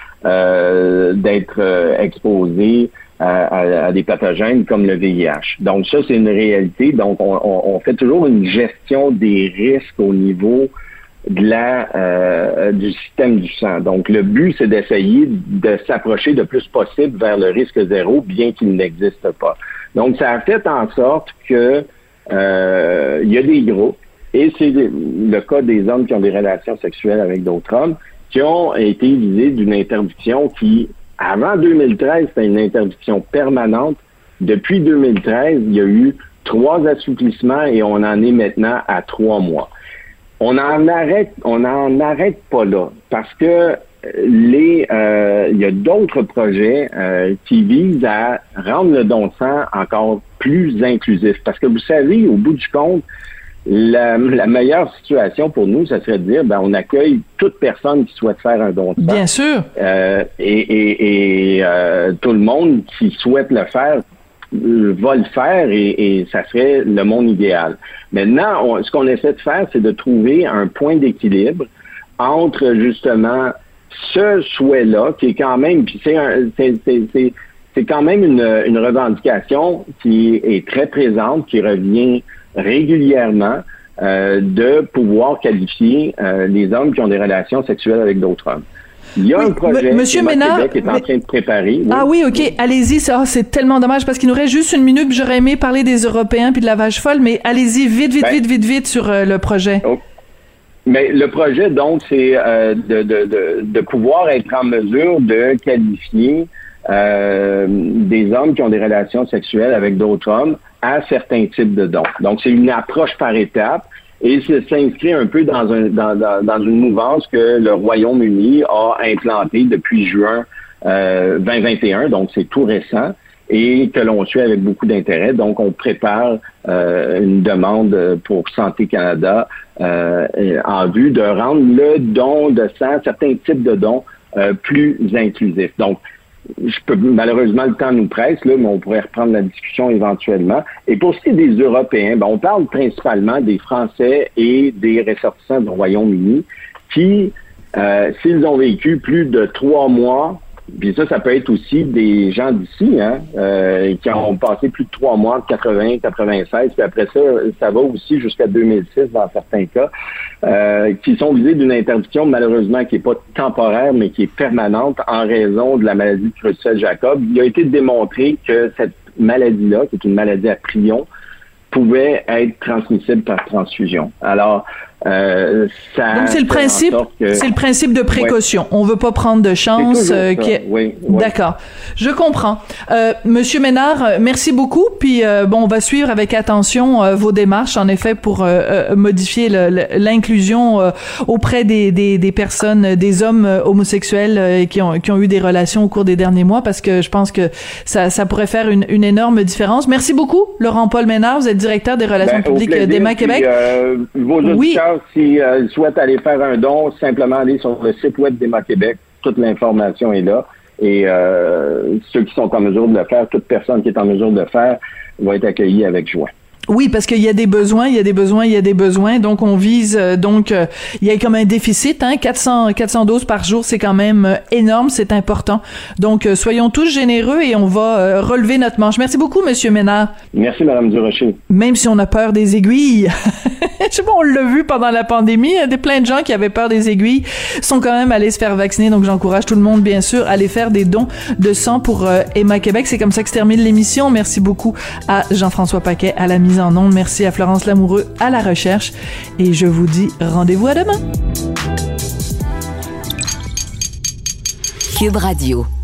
euh, d'être euh, exposés à, à, à des pathogènes comme le V I H. Donc ça, c'est une réalité. Donc on, on, on fait toujours une gestion des risques au niveau de la euh, du système du sang. Donc, le but, c'est d'essayer de s'approcher le plus possible vers le risque zéro, bien qu'il n'existe pas. Donc, ça a fait en sorte que euh, il y a des groupes, et c'est le cas des hommes qui ont des relations sexuelles avec d'autres hommes, qui ont été visés d'une interdiction qui, avant deux mille treize, c'était une interdiction permanente. Depuis deux mille treize, il y a eu trois assouplissements et on en est maintenant à trois mois. On en arrête, on n'en arrête pas là, parce que les, euh, il y a d'autres projets euh, qui visent à rendre le don de sang encore plus inclusif. Parce que vous savez, au bout du compte, la, la meilleure situation pour nous, ça serait de dire, ben, on accueille toute personne qui souhaite faire un don de sang. Bien sûr. Euh, et et, et euh, tout le monde qui souhaite le faire va le faire et, et ça serait le monde idéal. Maintenant, on, ce qu'on essaie de faire, c'est de trouver un point d'équilibre entre justement ce souhait-là, qui est quand même, puis c'est, un, c'est, c'est, c'est, c'est quand même une, une revendication qui est très présente, qui revient régulièrement, euh, de pouvoir qualifier euh, les hommes qui ont des relations sexuelles avec d'autres hommes. Il y a oui, un projet Monsieur Ménard, qui est en train de préparer. Oui. Ah oui, OK, allez-y. Ça, c'est tellement dommage parce qu'il nous reste juste une minute. Puis j'aurais aimé parler des Européens puis de la vache folle, mais allez-y vite, vite, ben, vite, vite, vite sur euh, le projet. Oh. Mais le projet, donc, c'est euh, de, de, de, de pouvoir être en mesure de qualifier euh, des hommes qui ont des relations sexuelles avec d'autres hommes à certains types de dons. Donc, c'est une approche par étapes. Et ça s'inscrit un peu dans, un, dans, dans, dans une mouvance que le Royaume-Uni a implantée depuis juin euh, vingt vingt et un, donc c'est tout récent, et que l'on suit avec beaucoup d'intérêt. Donc, on prépare euh, une demande pour Santé Canada euh, en vue de rendre le don de sang, certains types de dons, euh, plus inclusifs. Donc, je peux malheureusement le temps nous presse, là, mais on pourrait reprendre la discussion éventuellement. Et pour ce qui est des Européens, ben, on parle principalement des Français et des ressortissants du Royaume-Uni qui, euh, s'ils ont vécu plus de trois mois, puis ça, ça peut être aussi des gens d'ici, hein, euh, qui ont passé plus de trois mois, de quatre-vingts, quatre-vingt-seize, puis après ça, ça va aussi jusqu'à deux mille six dans certains cas, euh, qui sont visés d'une interdiction, malheureusement, qui n'est pas temporaire, mais qui est permanente en raison de la maladie de Creutzfeldt-Jacob. Il a été démontré que cette maladie-là, qui est une maladie à prions, pouvait être transmissible par transfusion. Alors, euh, ça donc c'est le principe, que... c'est le principe de précaution. Ouais. On veut pas prendre de chance. Euh, qui... oui, oui. D'accord, je comprends. Euh, Monsieur Ménard, merci beaucoup. Puis euh, bon, on va suivre avec attention euh, vos démarches, en effet, pour euh, euh, modifier le, le, l'inclusion euh, auprès des, des, des personnes, des hommes euh, homosexuels euh, qui ont qui ont eu des relations au cours des derniers mois, parce que je pense que ça ça pourrait faire une, une énorme différence. Merci beaucoup, Laurent-Paul Ménard. Vous êtes directeur des relations ben, publiques d'Emma Québec. Euh, vos oui. Si euh, souhaitent aller faire un don, simplement aller sur le site web d'Emma Québec. Toute l'information est là. Et euh, ceux qui sont en mesure de le faire, toute personne qui est en mesure de le faire, va être accueillie avec joie. Oui, parce qu'il y a des besoins, il y a des besoins, il y a des besoins. Donc, on vise, euh, donc, euh, il y a comme un déficit, hein, quatre cents, quatre cents doses par jour, c'est quand même euh, énorme, c'est important. Donc, euh, soyons tous généreux et on va euh, relever notre manche. Merci beaucoup, Monsieur Ménard. Merci, Madame Durocher. Même si on a peur des aiguilles, je sais pas, on l'a vu pendant la pandémie, il y a des plein de gens qui avaient peur des aiguilles, sont quand même allés se faire vacciner. Donc, j'encourage tout le monde, bien sûr, à aller faire des dons de sang pour euh, Emma Québec. C'est comme ça que se termine l'émission. Merci beaucoup à Jean-François Paquet à la mise en onde. Merci à Florence Lamoureux à la recherche. Et je vous dis rendez-vous à demain. Cube Radio.